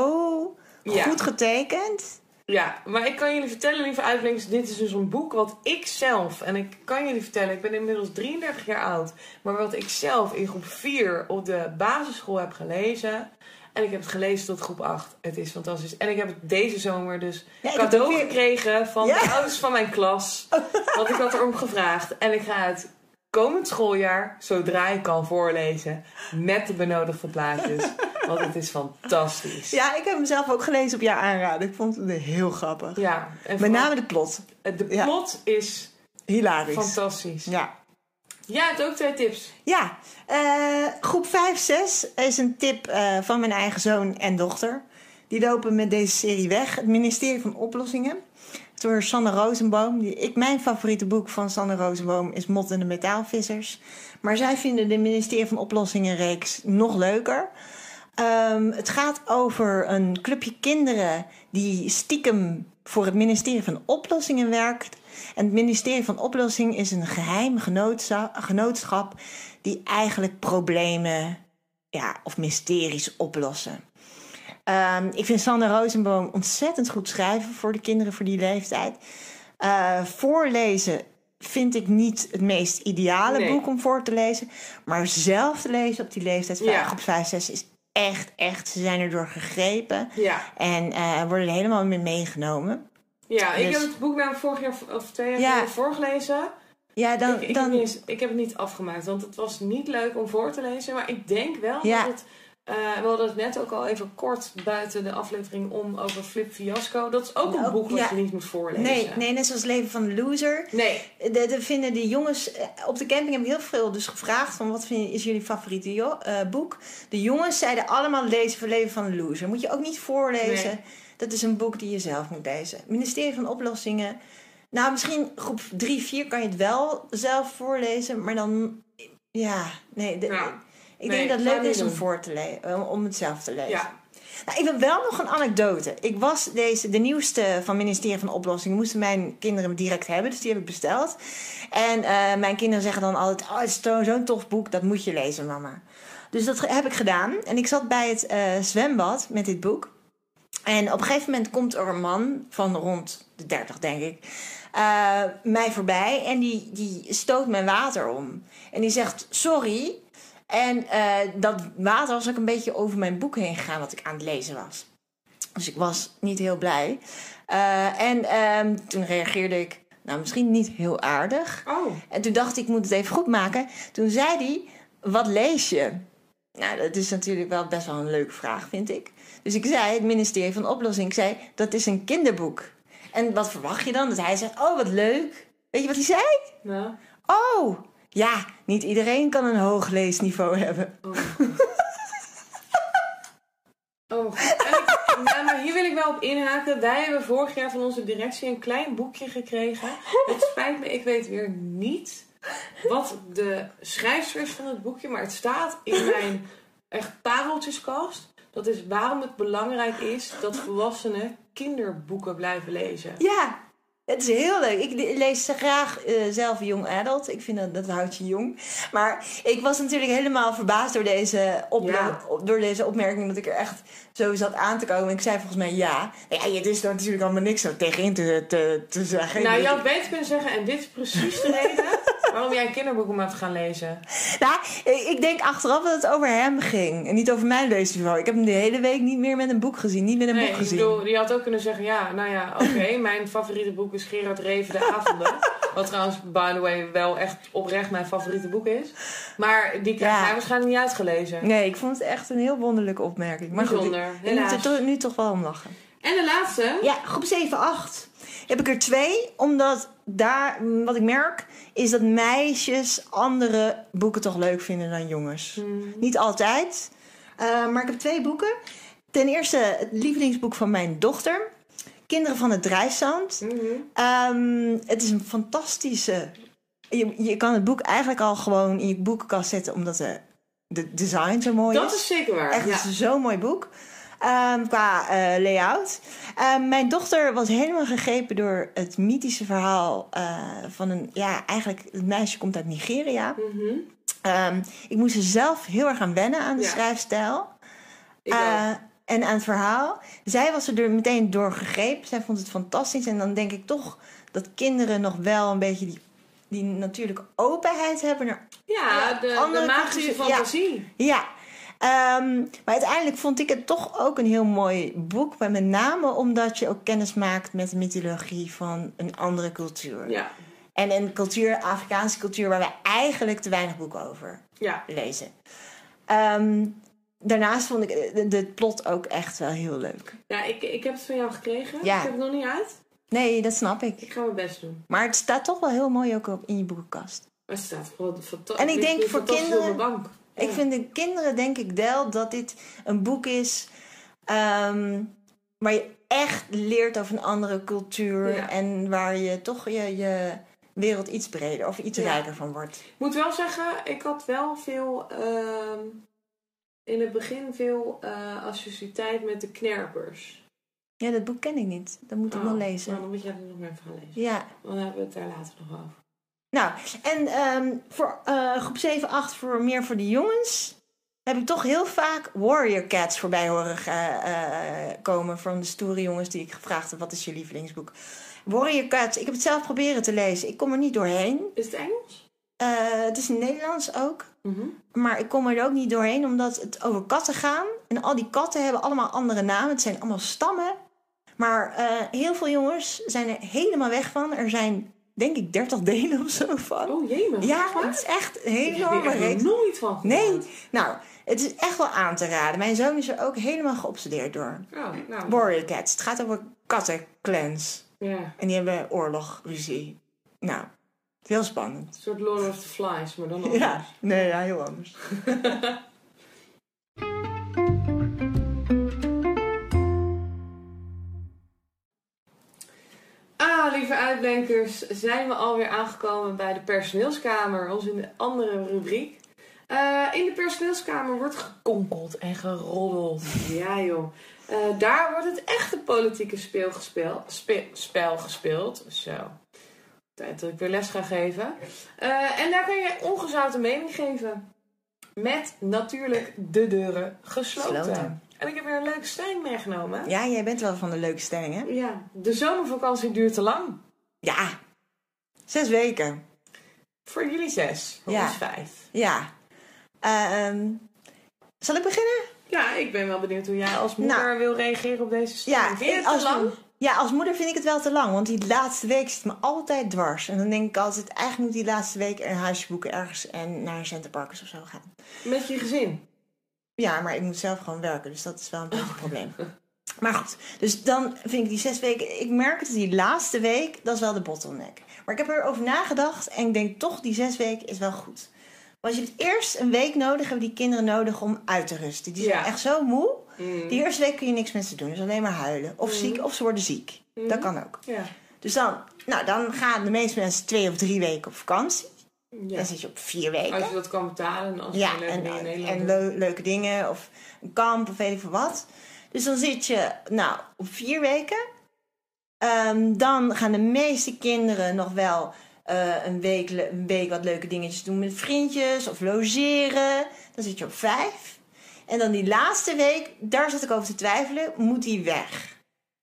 zo Ja. goed getekend. Ja, maar ik kan jullie vertellen, lieve uitblinkers, dit is dus een boek wat ik zelf, en ik kan jullie vertellen, ik ben inmiddels drieëndertig jaar oud, maar wat ik zelf in groep vier op de basisschool heb gelezen. En ik heb het gelezen tot groep acht. Het is fantastisch. En ik heb het deze zomer dus Ja, ik heb cadeau het weer- gekregen van Ja. de ouders van mijn klas. Want ik had erom gevraagd. En ik ga het komend schooljaar, zodra ik kan, voorlezen. Met de benodigde plaatjes. Want het is fantastisch. Ja, ik heb hem zelf ook gelezen op jouw aanraden. Ik vond het heel grappig. Ja, en Met vooral- name de plot. de ja. plot is Hilarisch. fantastisch. Ja. Jij hebt ook twee tips. Ja, eh, groep vijf zes is een tip eh, van mijn eigen zoon en dochter. Die lopen met deze serie weg. Het ministerie van Oplossingen. Door Sanne Rosenboom. Die, ik, mijn favoriete boek van Sanne Rosenboom is Mot en de Metaalvissers. Maar zij vinden de ministerie van Oplossingen reeks nog leuker. Um, het gaat over een clubje kinderen die stiekem voor het ministerie van Oplossingen werkt. En het ministerie van Oplossingen is een geheim genootsa- genootschap die eigenlijk problemen, ja, of mysteries oplossen. Um, ik vind Sanne Rosenboom ontzettend goed schrijven voor de kinderen voor die leeftijd. Uh, voorlezen vind ik niet het meest ideale Nee. boek om voor te lezen. Maar zelf te lezen op die leeftijd, Ja. groep vijf, zes, is echt, echt, ze zijn erdoor gegrepen. Ja. En uh, worden er helemaal mee meegenomen. Ja, ik Dus- heb het boek namelijk vorig jaar of twee jaar Ja. geleden voorgelezen. Ja, dan... ik, ik, dan heb niet eens- ik heb het niet afgemaakt, want het was niet leuk om voor te lezen. Maar ik denk wel Ja. dat het... Uh, we hadden het net ook al even kort buiten de aflevering om over Flip Fiasco. Dat is ook een Nou, boek wat ja. je niet moet voorlezen. nee, nee, net zoals Leven van de Loser. Nee. De, de vinden die jongens... eh, Op de camping heb ik heel veel dus gevraagd van wat vind je, is jullie favoriete jo- eh, boek. De jongens zeiden allemaal lezen voor Leven van de Loser. Moet je ook niet voorlezen. Nee. Dat is een boek die je zelf moet lezen. Ministerie van Oplossingen. Nou, misschien groep drie, vier kan je het wel zelf voorlezen. Maar dan... Ja, nee... De, Ja. Ik Nee, denk dat het zou leuk niet is om, doen. voor te le- om het zelf te lezen. Ja. Nou, ik heb wel nog een anekdote. Ik was deze, de nieuwste van het ministerie van Oplossingen. Moesten mijn kinderen direct hebben, dus die heb ik besteld. En uh, mijn kinderen zeggen dan altijd... Oh, het is zo- zo'n tof boek, dat moet je lezen, mama. Dus dat heb ik gedaan. En ik zat bij het uh, zwembad met dit boek. En op een gegeven moment komt er een man van rond de dertig, denk ik... Uh, mij voorbij en die, die stoot mijn water om. En die zegt, sorry... En uh, dat water was ook een beetje over mijn boek heen gegaan wat ik aan het lezen was. Dus ik was niet heel blij. Uh, en um, toen reageerde ik, nou misschien niet heel aardig. Oh. En toen dacht ik, ik moet het even goed maken. Toen zei hij, wat lees je? Nou, dat is natuurlijk wel best wel een leuke vraag, vind ik. Dus ik zei, het ministerie van Oplossing, ik zei, dat is een kinderboek. En wat verwacht je dan? Dat hij zegt, oh wat leuk. Weet je wat hij zei? Nou. Oh, ja, niet iedereen kan een hoog leesniveau hebben. Oh. Oh. En ik, ja, maar hier wil ik wel op inhaken. Wij hebben vorig jaar van onze directie een klein boekje gekregen. Het spijt me, ik weet weer niet wat de schrijfster is van het boekje. Maar het staat in mijn echt pareltjeskast. Dat is waarom het belangrijk is dat volwassenen kinderboeken blijven lezen. Ja, het is heel leuk. Ik lees graag uh, zelf young adult. Ik vind dat, dat houdt je jong. Maar ik was natuurlijk helemaal verbaasd door deze, op, Ja. door deze opmerking. Dat ik er echt zo zat aan te komen. Ik zei volgens mij ja. Ja, het is er natuurlijk allemaal niks zo tegenin te, te, te zeggen. Nou, je had beter kunnen zeggen, en dit is precies de reden waarom jij kinderboeken moet gaan lezen. Nou, ik denk achteraf dat het over hem ging. En niet over mijn leesniveau. Ik heb hem de hele week niet meer met een boek gezien. Niet met een Nee, boek ik gezien. bedoel, je had ook kunnen zeggen, ja, nou ja, oké, okay, mijn favoriete boek is Gerard Reven, De Avonden. Wat trouwens, by the way, wel echt oprecht mijn favoriete boek is. Maar die krijgt Ja. hij waarschijnlijk niet uitgelezen. Nee, ik vond het echt een heel wonderlijke opmerking. Maar Bijzonder, goed, ik, ik moet er to- nu toch wel om lachen. En de laatste. Ja, groep zeven, acht. Heb ik er twee, omdat daar, wat ik merk, is dat meisjes andere boeken toch leuk vinden dan jongens. Hmm. Niet altijd, uh, maar ik heb twee boeken. Ten eerste het lievelingsboek van mijn dochter, Kinderen van het Drijfzand. Mm-hmm. Um, het is een fantastische... Je, je kan het boek eigenlijk al gewoon in je boekenkast zetten, omdat de, de design zo mooi Dat is. is zeker waar. Echt, ja. het is zo'n mooi boek. Um, qua uh, layout. Um, mijn dochter was helemaal gegrepen door het mythische verhaal uh, van een... Ja, eigenlijk, het meisje komt uit Nigeria. Mm-hmm. Um, ik moest er zelf heel erg aan wennen aan de Ja. schrijfstijl. Ik Uh, ook. en aan het verhaal. Zij was er meteen door gegrepen. Zij vond het fantastisch. En dan denk ik toch dat kinderen nog wel een beetje die, die natuurlijke openheid hebben. Naar, Ja, de, andere de magische cultuur- fantasie. ja. Um, maar uiteindelijk vond ik het toch ook een heel mooi boek. Maar met name omdat je ook kennis maakt met de mythologie van een andere cultuur. Ja. En een cultuur, Afrikaanse cultuur, waar we eigenlijk te weinig boeken over Ja. lezen. Um, daarnaast vond ik de, de plot ook echt wel heel leuk. Ja, ik, ik heb het van jou gekregen. Ja. Ik heb het nog niet uit. Nee, dat snap ik. Ik ga mijn best doen. Maar het staat toch wel heel mooi ook op in je boekenkast. Maar het staat gewoon fantastisch. En ik denk voor kinderen- Op de bank. Ja. Ik vind de kinderen denk ik wel dat dit een boek is um, waar je echt leert over een andere cultuur. Ja. En waar je toch je, je wereld iets breder of iets Ja. rijker van wordt. Ik moet wel zeggen, ik had wel veel... ehm, in het begin veel uh, associëteit met de Knerpers. Ja, dat boek ken ik niet. Dat moet ik Oh, nog lezen. Nou, dan moet jij er nog even gaan lezen. Ja. Dan hebben we het daar later nog over. Nou, en um, voor uh, groep zeven, acht, voor meer voor de jongens, heb ik toch heel vaak Warrior Cats voorbij horen uh, uh, komen van de stoere jongens die ik gevraagd heb, wat is je lievelingsboek? Warrior Cats, ik heb het zelf proberen te lezen. Ik kom er niet doorheen. Is het Engels? Uh, het is in Nederlands ook. Mm-hmm. Maar ik kom er ook niet doorheen omdat het over katten gaat. En al die katten hebben allemaal andere namen. Het zijn allemaal stammen. Maar uh, heel veel jongens zijn er helemaal weg van. Er zijn denk ik dertig delen of zo van. Oh jee, maar Ja, het is echt een hele enorme Ik heb er reeks. nooit van gehoord. Nee, nou, het is echt wel aan te raden. Mijn zoon is er ook helemaal geobsedeerd door. Oh, nou. Warrior Cats. Het gaat over kattenclans. Ja, En die hebben oorlog, ruzie. Nou, heel spannend. een soort Lord of the Flies, maar dan anders. Ja, nee, ja, heel anders. Ah, lieve uitblinkers, zijn we alweer aangekomen bij de personeelskamer, onze andere rubriek. Uh, in de personeelskamer wordt gekonkeld en geroddeld. Ja joh. Uh, daar wordt het echte politieke speel gespeeld, spe, spel gespeeld. Zo. Tijd dat ik weer les ga geven. Uh, en daar kan je ongezouten mening geven. Met natuurlijk de deuren gesloten. Gesloten. En ik heb weer een leuke stelling meegenomen. Ja, jij bent wel van de leuke stelling, hè? Ja, de zomervakantie duurt te lang. Ja, zes weken. Voor jullie zes, voor Ja. ons vijf. Ja. Uh, um, zal ik beginnen? Ja, ik ben wel benieuwd hoe jij als moeder Nou, wil reageren op deze stelling. Ja, Vind je het als, te lang? ja, als moeder vind ik het wel te lang. Want die laatste week zit me altijd dwars. En dan denk ik altijd, eigenlijk moet die laatste week een huisje boeken ergens en naar Centerparks of zo gaan. Met je gezin? Ja, maar ik moet zelf gewoon werken. Dus dat is wel een beetje een probleem. Maar goed, dus dan vind ik die zes weken... Ik merk het, die laatste week, dat is wel de bottleneck. Maar ik heb erover nagedacht en ik denk toch, die zes weken is wel goed. Want je hebt eerst een week nodig, hebben die kinderen nodig om uit te rusten. Die zijn Ja. echt zo moe. Mm. Die eerste week kun je niks met ze doen. Dus alleen maar huilen. Of Mm. ziek, of ze worden ziek. Mm. Dat kan ook. Ja. Dus dan, nou, dan gaan de meeste mensen twee of drie weken op vakantie. ja. Dan zit je op vier weken. Als je dat kan betalen. Als Ja, je leuke en, dingen in Nederland en doet. leu- leuke dingen. Of een kamp, of weet ik veel wat. Dus dan zit je, nou, op vier weken. Um, dan gaan de meeste kinderen nog wel uh, een, week, een week wat leuke dingetjes doen met vriendjes. Of logeren. Dan zit je op vijf. En dan die laatste week, daar zat ik over te twijfelen. Moet die weg?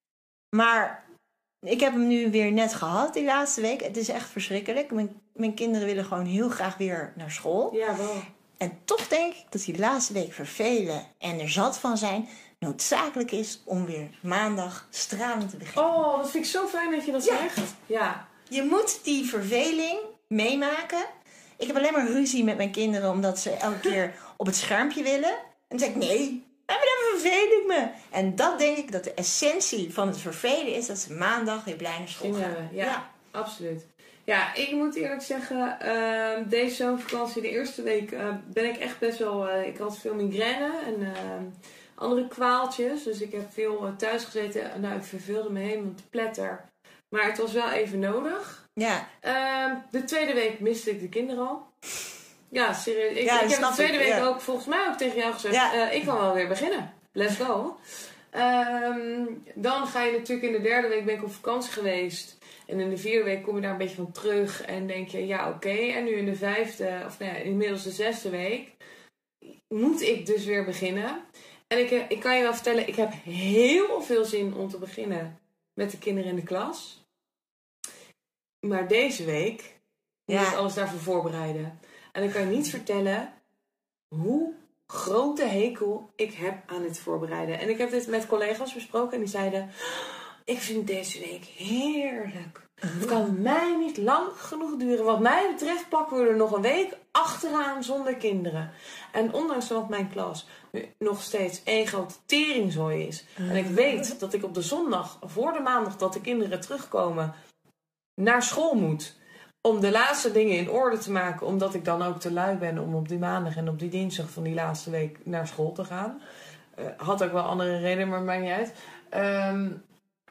Maar ik heb hem nu weer net gehad, die laatste week. Het is echt verschrikkelijk. Mijn, mijn kinderen willen gewoon heel graag weer naar school. Ja, wel. En toch denk ik dat die laatste week vervelen en er zat van zijn noodzakelijk is om weer maandag stralend te beginnen. Oh, dat vind ik zo fijn dat je dat Ja. zegt. Ja. Je moet die verveling meemaken. Ik heb alleen maar ruzie met mijn kinderen omdat ze elke keer op het schermpje willen. En dan zeg ik nee, maar dan verveel ik me. En dat denk ik dat de essentie van het vervelen is dat ze maandag weer blij naar school gaan. Ja, ja, absoluut. Ja, ik moet eerlijk zeggen, uh, deze zomervakantie, de eerste week, uh, ben ik echt best wel... Uh, ik had veel migraine en uh, andere kwaaltjes. Dus ik heb veel uh, thuis gezeten. Nou, ik verveelde me helemaal te pletter. Maar het was wel even nodig. Ja. Uh, de tweede week miste ik de kinderen al. Ja, serieus. Ik, ja, ik heb de tweede ik, week ja. ook volgens mij ook tegen jou gezegd, ja. uh, ik kan wel weer beginnen. Let's go. Um, dan ga je natuurlijk in de derde week ben ik op vakantie geweest. En in de vierde week kom je daar een beetje van terug. En denk je, ja oké. Okay. En nu in de vijfde, of nou ja, inmiddels de zesde week, moet ik dus weer beginnen. En ik, ik kan je wel vertellen, ik heb heel veel zin om te beginnen met de kinderen in de klas. Maar deze week moet ja. ik alles daarvoor voorbereiden. En ik kan je niet vertellen hoe grote hekel ik heb aan het voorbereiden. En ik heb dit met collega's besproken en die zeiden... Ik vind deze week heerlijk. Het kan mij niet lang genoeg duren. Wat mij betreft pakken we er nog een week achteraan zonder kinderen. En ondanks dat mijn klas nu nog steeds één grote teringzooi is. En ik weet dat ik op de zondag, voor de maandag dat de kinderen terugkomen, naar school moet. Om de laatste dingen in orde te maken. Omdat ik dan ook te lui ben om op die maandag en op die dinsdag van die laatste week naar school te gaan. Uh, had ook wel andere redenen, maar maakt niet uit. Um,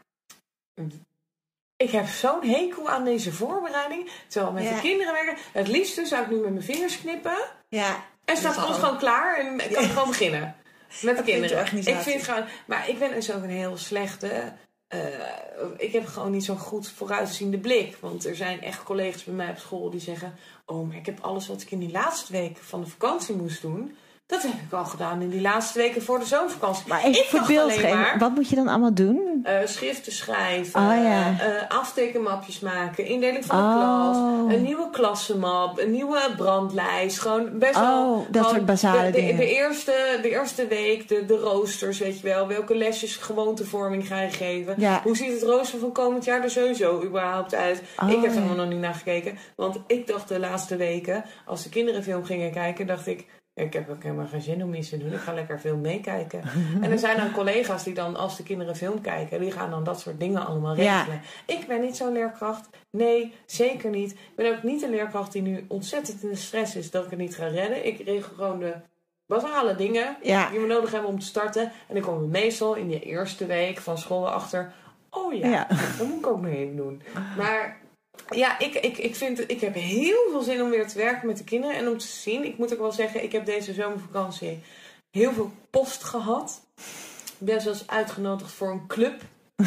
Ik heb zo'n hekel aan deze voorbereiding. Terwijl met ja. de kinderen werken. Het liefste zou ik nu met mijn vingers knippen. Ja. En staat alles gewoon... gewoon klaar. En kan ja. ik gewoon beginnen. Met de kinderen. Ik vind het gewoon... Maar ik ben dus ook een heel slechte... Uh, ik heb gewoon niet zo'n goed vooruitziende blik. Want er zijn echt collega's bij mij op school die zeggen... Oh, maar ik heb alles wat ik in die laatste week van de vakantie moest doen... Dat heb ik al gedaan in die laatste weken voor de zomervakantie. Maar even voor beeldgeving, wat moet je dan allemaal doen? Uh, schriften schrijven, oh, ja. uh, aftekenmapjes maken, indeling van de oh. klas, een nieuwe klassenmap, een nieuwe brandlijst. Gewoon best wel. Oh, dat soort basale de, de, dingen. De eerste, de eerste week, de, de roosters, weet je wel. Welke lesjes gewoontevorming ga je geven? Ja. Hoe ziet het rooster van komend jaar er sowieso überhaupt uit? Oh, ik heb er ja. helemaal nog niet naar gekeken. Want ik dacht de laatste weken, als de kinderen film gingen kijken, dacht ik... Ik heb ook helemaal geen zin om iets te doen. Ik ga lekker film meekijken. En er zijn dan collega's die dan, als de kinderen film kijken... die gaan dan dat soort dingen allemaal regelen. Ja. Ik ben niet zo'n leerkracht. Nee, zeker niet. Ik ben ook niet een leerkracht die nu ontzettend in de stress is... dat ik het niet ga redden. Ik regel gewoon de basale dingen... Ja. die we nodig hebben om te starten. En dan komen we meestal in de eerste week van school achter... Oh ja, ja. dat moet ik ook nog even doen. Maar... Ja, ik, ik, ik, vind, ik heb heel veel zin om weer te werken met de kinderen. En om te zien, ik moet ook wel zeggen, ik heb deze zomervakantie heel veel post gehad. Ik ben zelfs uitgenodigd voor een club.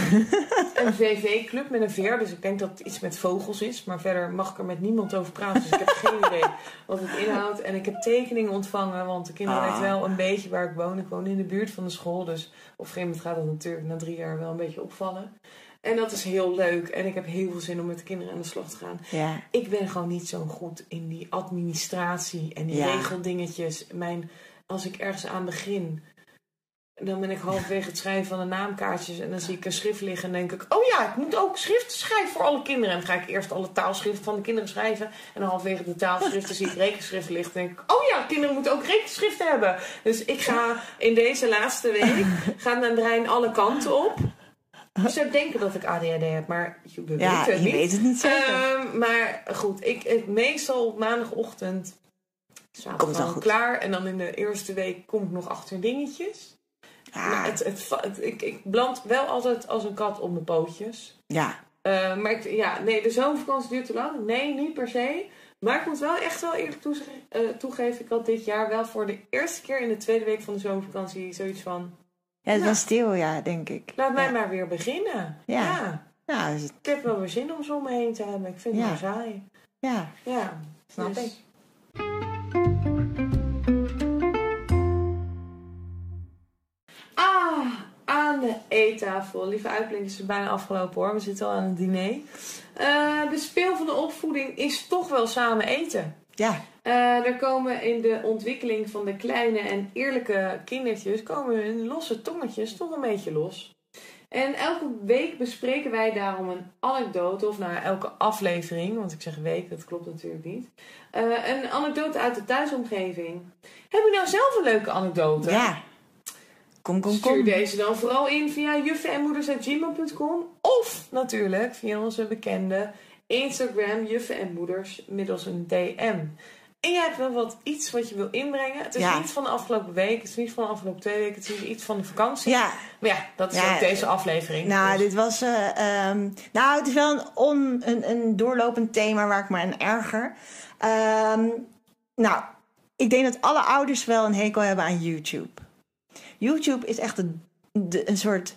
Een V V-club met een veer. Dus ik denk dat het iets met vogels is. Maar verder mag ik er met niemand over praten. Dus ik heb geen idee wat het inhoudt. En ik heb tekeningen ontvangen. Want de kinderen ah. weten wel een beetje waar ik woon. Ik woon in de buurt van de school. Dus op een gegeven moment gaat dat natuurlijk na drie jaar wel een beetje opvallen. En dat is heel leuk. En ik heb heel veel zin om met de kinderen aan de slag te gaan. Ja. Ik ben gewoon niet zo goed in die administratie en die ja. regeldingetjes. Mijn, als ik ergens aan begin, dan ben ik halverwege het schrijven van de naamkaartjes. En dan zie ik een schrift liggen en denk ik... Oh ja, ik moet ook schriften schrijven voor alle kinderen. En dan ga ik eerst alle taalschriften van de kinderen schrijven. En dan halverwege de taalschriften zie ik rekenschriften liggen. En denk ik... Oh ja, kinderen moeten ook rekenschriften hebben. Dus ik ga in deze laatste week... gaat mijn brein alle kanten op... Dus ik denken dat ik A D H D heb, maar je weet ja, het je niet. weet het niet zeker. Uh, maar goed, ik, ik meestal op maandagochtend komt het gewoon klaar. En dan in de eerste week kom ik nog achter dingetjes. Ja. Maar het, het, het, het, ik, ik beland wel altijd als een kat op mijn pootjes. Ja. Uh, maar ik, ja, nee, de zomervakantie duurt te lang. Nee, niet per se. Maar ik moet wel echt wel eerlijk toe, uh, toegeven. Ik had dit jaar wel voor de eerste keer in de tweede week van de zomervakantie zoiets van... Ja, het nou, was stil, ja, denk ik. Laat mij ja. maar weer beginnen. Ja. ja. ja dus het... Ik heb wel weer zin om zo om me heen te hebben. Ik vind het ja. wel saai. Ja, ja. snap dus. ik. Ah, aan de eettafel. Lieve uitblinkers, het is bijna afgelopen hoor. We zitten al aan het diner. Uh, de speel van de opvoeding is toch wel samen eten. Ja. Uh, er komen in de ontwikkeling van de kleine en eerlijke kindertjes... komen hun losse tongetjes toch een beetje los. En elke week bespreken wij daarom een anekdote, of nou elke aflevering, want ik zeg week, dat klopt natuurlijk niet. Uh, een anekdote uit de thuisomgeving. Heb je nou zelf een leuke anekdote? Ja. Kom, kom, kom. Stuur deze dan vooral in via juffen en moeders at gmail dot com of natuurlijk via onze bekende Instagram juffen en moeders middels een D M. En jij hebt wel wat iets wat je wil inbrengen. Het is ja. niet van de afgelopen week, het is niet van de afgelopen twee weken, het is iets van de vakantie. Ja. Maar ja, dat is ja. ook deze aflevering. Nou, dus. dit was... Uh, um, nou, het is wel een, on, een, een doorlopend thema waar ik me aan erger. Um, nou, ik denk dat alle ouders wel een hekel hebben aan YouTube. YouTube is echt een, de, een soort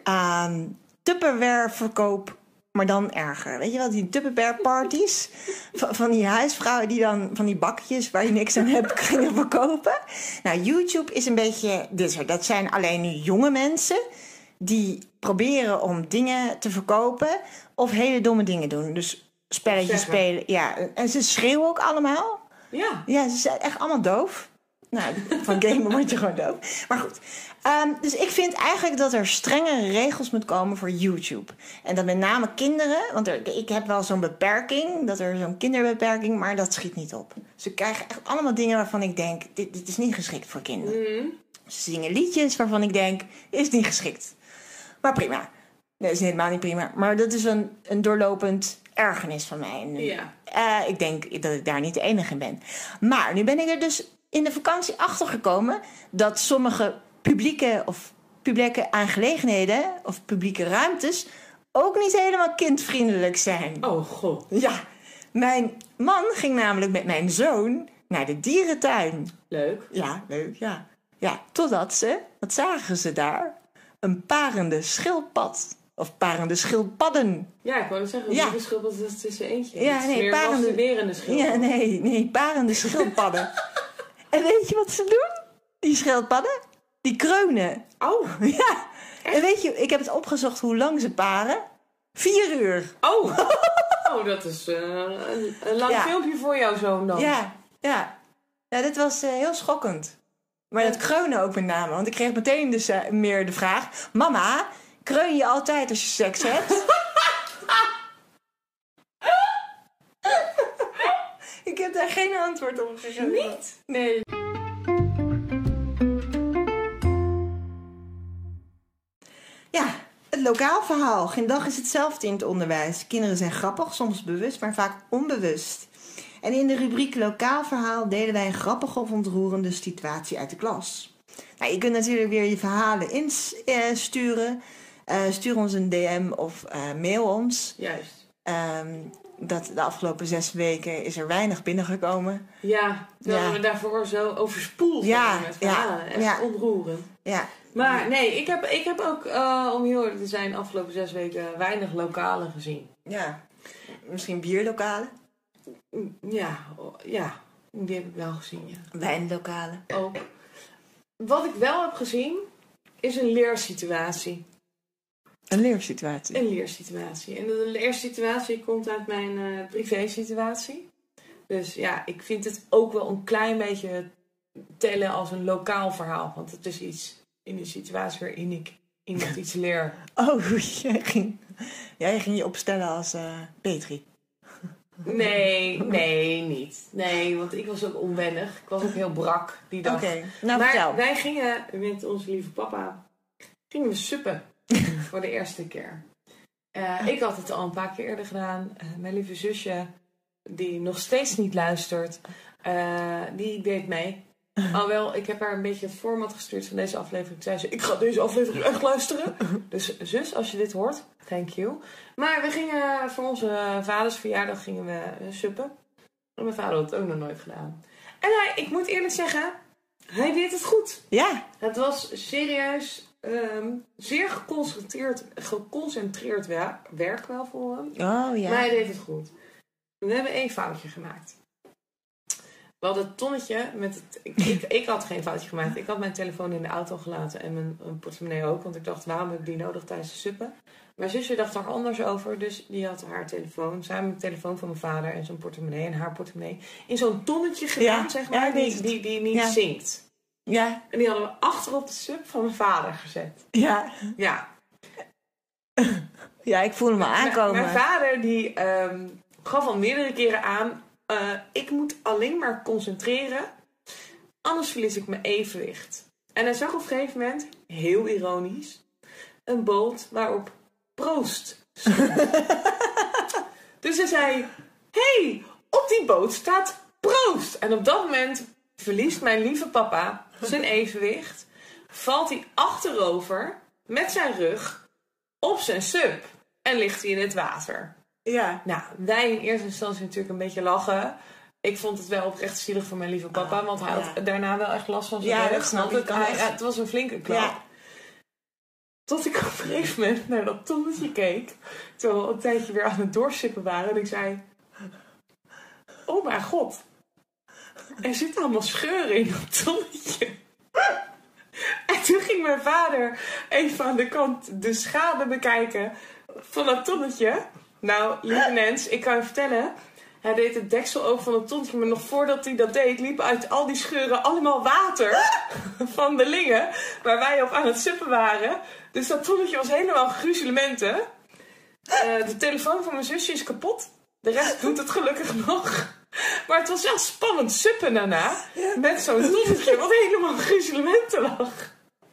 um, Tupperware verkoop, maar dan erger. Weet je wel, die Tupperware parties van, van die huisvrouwen die dan van die bakjes waar je niks aan hebt gingen verkopen. Nou, YouTube is een beetje dit soort. Dat zijn alleen nu jonge mensen die proberen om dingen te verkopen of hele domme dingen doen. Dus spelletjes spelen. Ja, en ze schreeuwen ook allemaal. Ja. Ja, ze zijn echt allemaal doof. Nou, van gamen word je gewoon doof. Maar goed. Um, dus ik vind eigenlijk dat er strengere regels moeten komen voor YouTube. En dat met name kinderen. Want er, ik heb wel zo'n beperking. Dat er zo'n kinderbeperking. Maar dat schiet niet op. Ze krijgen echt allemaal dingen waarvan ik denk... Dit, dit is niet geschikt voor kinderen. Mm. Ze zingen liedjes waarvan ik denk... Dit is niet geschikt. Maar prima. Nee, dat is helemaal niet prima. Maar dat is een, een doorlopend ergernis van mij. En, ja. uh, ik denk dat ik daar niet de enige in ben. Maar nu ben ik er dus... in de vakantie achtergekomen dat sommige publieke of publieke aangelegenheden of publieke ruimtes ook niet helemaal kindvriendelijk zijn. Oh god. Ja, mijn man ging namelijk met mijn zoon naar de dierentuin. Leuk. Ja, leuk, ja. Ja, totdat ze, wat zagen ze daar? Een parende schildpad. Of parende schildpadden. Ja, ik wou het zeggen, ja. een schildpad dat is tussen eentje. Ja, nee, meer parende masturberende schildpad. Ja, nee, nee, parende schildpadden. En weet je wat ze doen? Die schildpadden? Die kreunen. Oh. Ja. Echt? En weet je, ik heb het opgezocht hoe lang ze paren. Vier uur. Oh. Oh, dat is uh, een, een lang ja. filmpje voor jou zo dan. Ja, ja. Ja, dit was uh, heel schokkend. Maar dat kreunen ook met name. Want ik kreeg meteen dus uh, meer de vraag... Mama, kreun je altijd als je seks hebt? Ik heb daar geen antwoord op gegeven. Niet? Nee. Ja, het lokaal verhaal. Geen dag is hetzelfde in het onderwijs. Kinderen zijn grappig, soms bewust, maar vaak onbewust. En in de rubriek lokaal verhaal delen wij een grappige of ontroerende situatie uit de klas. Nou, je kunt natuurlijk weer je verhalen insturen. Uh, stuur ons een D M of uh, mail ons. Juist. Um, dat de afgelopen zes weken is er weinig binnengekomen. Ja, terwijl ja. we daarvoor zo overspoeld ja, zijn met verhalen. Ja, echt ja. ontroerend. Ja. Maar nee, ik heb, ik heb ook, uh, om heel eerlijk te zijn, de afgelopen zes weken weinig lokalen gezien. Ja, misschien bierlokalen? Ja, ja, die heb ik wel gezien, ja. Wijnlokalen? Ook. Wat ik wel heb gezien, is een leersituatie. Een leersituatie? Een leersituatie. En de leersituatie komt uit mijn uh, privé-situatie. Dus ja, ik vind het ook wel een klein beetje tellen als een lokaal verhaal. Want het is iets in de situatie waarin ik iemand iets leer. Oh, jij ging, jij ging je opstellen als uh, Petri. Nee, nee, niet. Nee, want ik was ook onwennig. Ik was ook heel brak die dag. Oké, okay, nou maar vertel. Wij gingen met onze lieve papa, gingen we suppen voor de eerste keer. Uh, ik had het al een paar keer eerder gedaan. Uh, mijn lieve zusje, die nog steeds niet luistert, uh, die deed mee. Alhoewel, ik heb haar een beetje het format gestuurd van deze aflevering. Zei ze, ik ga deze aflevering echt luisteren. Dus zus, als je dit hoort, thank you. Maar we gingen voor onze vaders verjaardag gingen we suppen. En mijn vader had het ook nog nooit gedaan. En hij, ik moet eerlijk zeggen, hij deed het goed. Ja. Het was serieus um, zeer geconcentreerd, geconcentreerd werk, werk wel voor hem. Oh ja. Maar hij deed het goed. We hebben één foutje gemaakt. We hadden het tonnetje met het... Ik, ik, ik had geen foutje gemaakt. Ik had mijn telefoon in de auto gelaten en mijn, mijn portemonnee ook. Want ik dacht, waarom heb ik die nodig tijdens de suppen? Mijn zusje dacht er anders over. Dus die had haar telefoon, samen met de telefoon van mijn vader en zijn portemonnee en haar portemonnee, in zo'n tonnetje gedaan, ja, zeg maar, ja, die, die, die niet ja. zinkt. Ja. En die hadden we achter op de sub van mijn vader gezet. Ja. Ja. Ja, ik voel hem al aankomen. Mijn, mijn vader die um, gaf al meerdere keren aan... Uh, ik moet alleen maar concentreren... anders verlies ik mijn evenwicht. En hij zag op een gegeven moment, heel ironisch... een boot waarop proost stond. Dus hij zei... Hé, hey, op die boot staat proost. En op dat moment verliest mijn lieve papa zijn evenwicht... valt hij achterover met zijn rug op zijn sub... en ligt hij in het water. Ja. Nou, wij in eerste instantie natuurlijk een beetje lachen. Ik vond het wel oprecht zielig voor mijn lieve papa... want hij had ja. daarna wel echt last van zijn ja, rug. dat snap ik. Het, hij, het was een flinke klap. Ja. Tot ik op een gegeven moment naar dat tonnetje keek... terwijl we een tijdje weer aan het doorsippen waren... en ik zei... Oh mijn god... Er zitten allemaal scheuren in dat tonnetje. En toen ging mijn vader even aan de kant de schade bekijken van dat tonnetje. Nou, lieve Nens, ik kan je vertellen... Hij deed het deksel open van het tonnetje... maar nog voordat hij dat deed... liep uit al die scheuren allemaal water... van de lingen... waar wij op aan het suppen waren. Dus dat tonnetje was helemaal gruzelementen. Uh, de telefoon van mijn zusje is kapot. De rest doet het gelukkig nog... Maar het was wel spannend suppen daarna. Ja. Met zo'n tonnetje wat helemaal gruzelementen lag.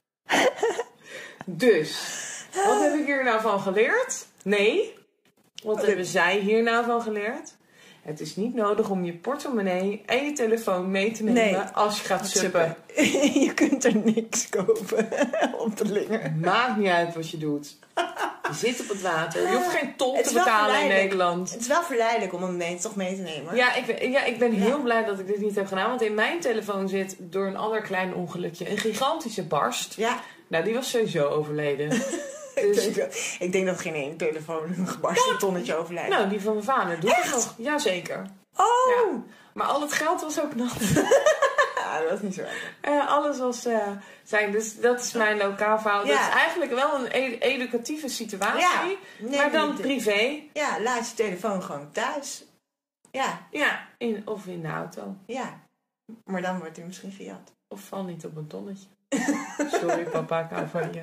Dus, wat heb ik hier nou van geleerd? Nee. Wat okay. hebben zij hier nou van geleerd? Het is niet nodig om je portemonnee en je telefoon mee te nemen nee. als je gaat suppen. suppen. Je kunt er niks kopen op de linger. Maakt niet uit wat je doet. Je zit op het water. Je hoeft geen tol te betalen in Nederland. Het is wel verleidelijk om hem mee, toch mee te nemen. Ja, ik ben, ja, ik ben heel ja. blij dat ik dit niet heb gedaan. Want in mijn telefoon zit door een ander klein ongelukje een gigantische barst. Ja. Nou, die was sowieso overleden. Dus... ik, denk dat, ik denk dat geen één telefoon een gebarsten ja. tonnetje overlijdt. Nou, die van mijn vader doet het nog. Jazeker. Oh! Ja. Maar al het geld was ook nat. Ja, dat was niet zo erg. Uh, alles was uh, zijn. Dus dat is mijn lokaal verhaal. Ja. Dat is eigenlijk wel een ed- educatieve situatie. Ja. Nee, maar dan privé. Ja, laat je telefoon gewoon thuis. Ja. Ja, in, of in de auto. Ja. Maar dan wordt hij misschien gejat. Of val niet op een tonnetje. Sorry papa, ik hou van je.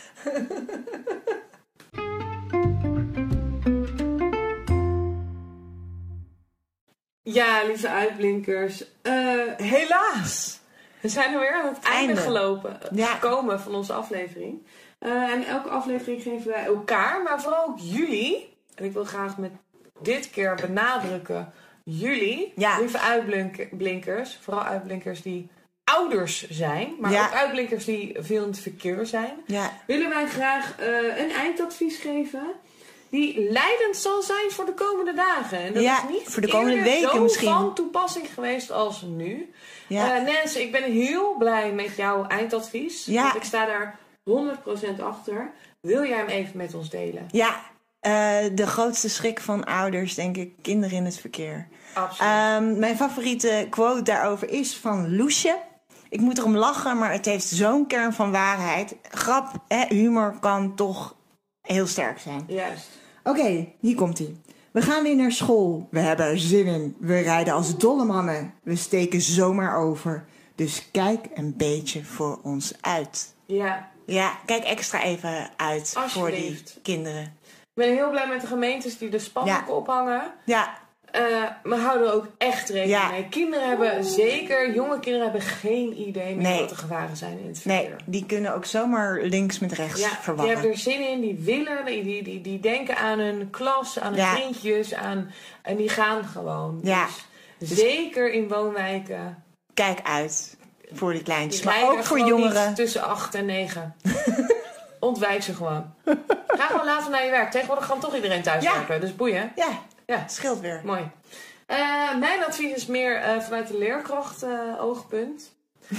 Ja, lieve uitblinkers. Uh, helaas. We zijn alweer aan het einde, einde. gelopen. Ja. Gekomen van onze aflevering. Uh, en elke aflevering geven wij elkaar, maar vooral ook jullie. En ik wil graag met dit keer benadrukken. Jullie, ja. lieve uitblinkers. Vooral uitblinkers die ouders zijn. Maar ja. ook uitblinkers die veel in het verkeer zijn. Ja. Willen wij graag uh, een eindadvies geven... die leidend zal zijn voor de komende dagen. En dat ja, is niet voor de komende weken zo misschien. van toepassing geweest als nu. Ja. Uh, Nens, ik ben heel blij met jouw eindadvies. Ja. Want ik sta daar honderd procent achter. Wil jij hem even met ons delen? Ja, uh, de grootste schrik van ouders, denk ik, kinderen in het verkeer. Absoluut. Um, mijn favoriete quote daarover is van Loesje. Ik moet erom lachen, maar het heeft zo'n kern van waarheid. Grap, hè, humor kan toch heel sterk zijn. Juist. Oké, okay, hier komt-ie. We gaan weer naar school. We hebben er zin in. We rijden als dolle mannen. We steken zomaar over. Dus kijk een beetje voor ons uit. Ja. Ja, kijk extra even uit voor die kinderen. Ik ben heel blij met de gemeentes die de spandoeken ja. ophangen. Ja. Uh, maar houden ook echt rekening ja. mee. Kinderen hebben zeker, jonge kinderen hebben geen idee meer nee. wat de gevaren zijn in het verkeer. Nee, die kunnen ook zomaar links met rechts ja, verwarren. Die hebben er zin in, die willen, die, die, die, die denken aan hun klas, aan hun ja. vriendjes, aan, en die gaan gewoon. Ja. Dus, dus zeker in woonwijken. Kijk uit voor die kleintjes, die maar ook voor jongeren. Tussen acht en negen. Ontwijk ze gewoon. Ga gewoon later naar je werk. Tegenwoordig kan toch iedereen thuis ja. werken, dus boeien. Ja. Ja, scheelt weer. Mooi. Uh, mijn advies is meer uh, vanuit de leerkracht uh, oogpunt.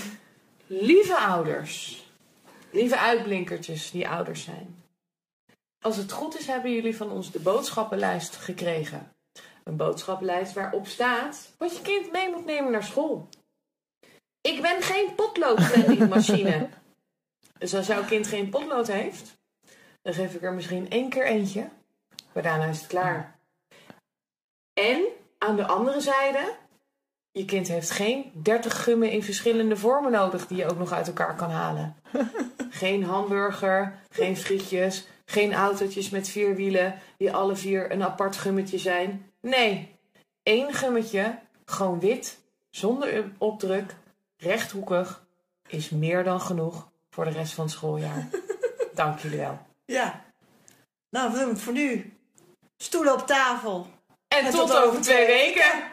Lieve ouders. Lieve uitblinkertjes die ouders zijn. Als het goed is hebben jullie van ons de boodschappenlijst gekregen. Een boodschappenlijst waarop staat wat je kind mee moet nemen naar school. Ik ben geen potloodvendingmachine. Dus als jouw kind geen potlood heeft, dan geef ik er misschien één keer eentje. Maar daarna is het klaar. En aan de andere zijde, je kind heeft geen dertig gummen in verschillende vormen nodig die je ook nog uit elkaar kan halen. Geen hamburger, geen frietjes, Geen autootjes met vier wielen die alle vier een apart gummetje zijn. Nee, één gummetje, gewoon wit, zonder opdruk, rechthoekig, is meer dan genoeg voor de rest van het schooljaar. Dank jullie wel. Ja. Nou, we doen het voor nu. Stoelen op tafel. En, en tot, tot over twee weken. weken.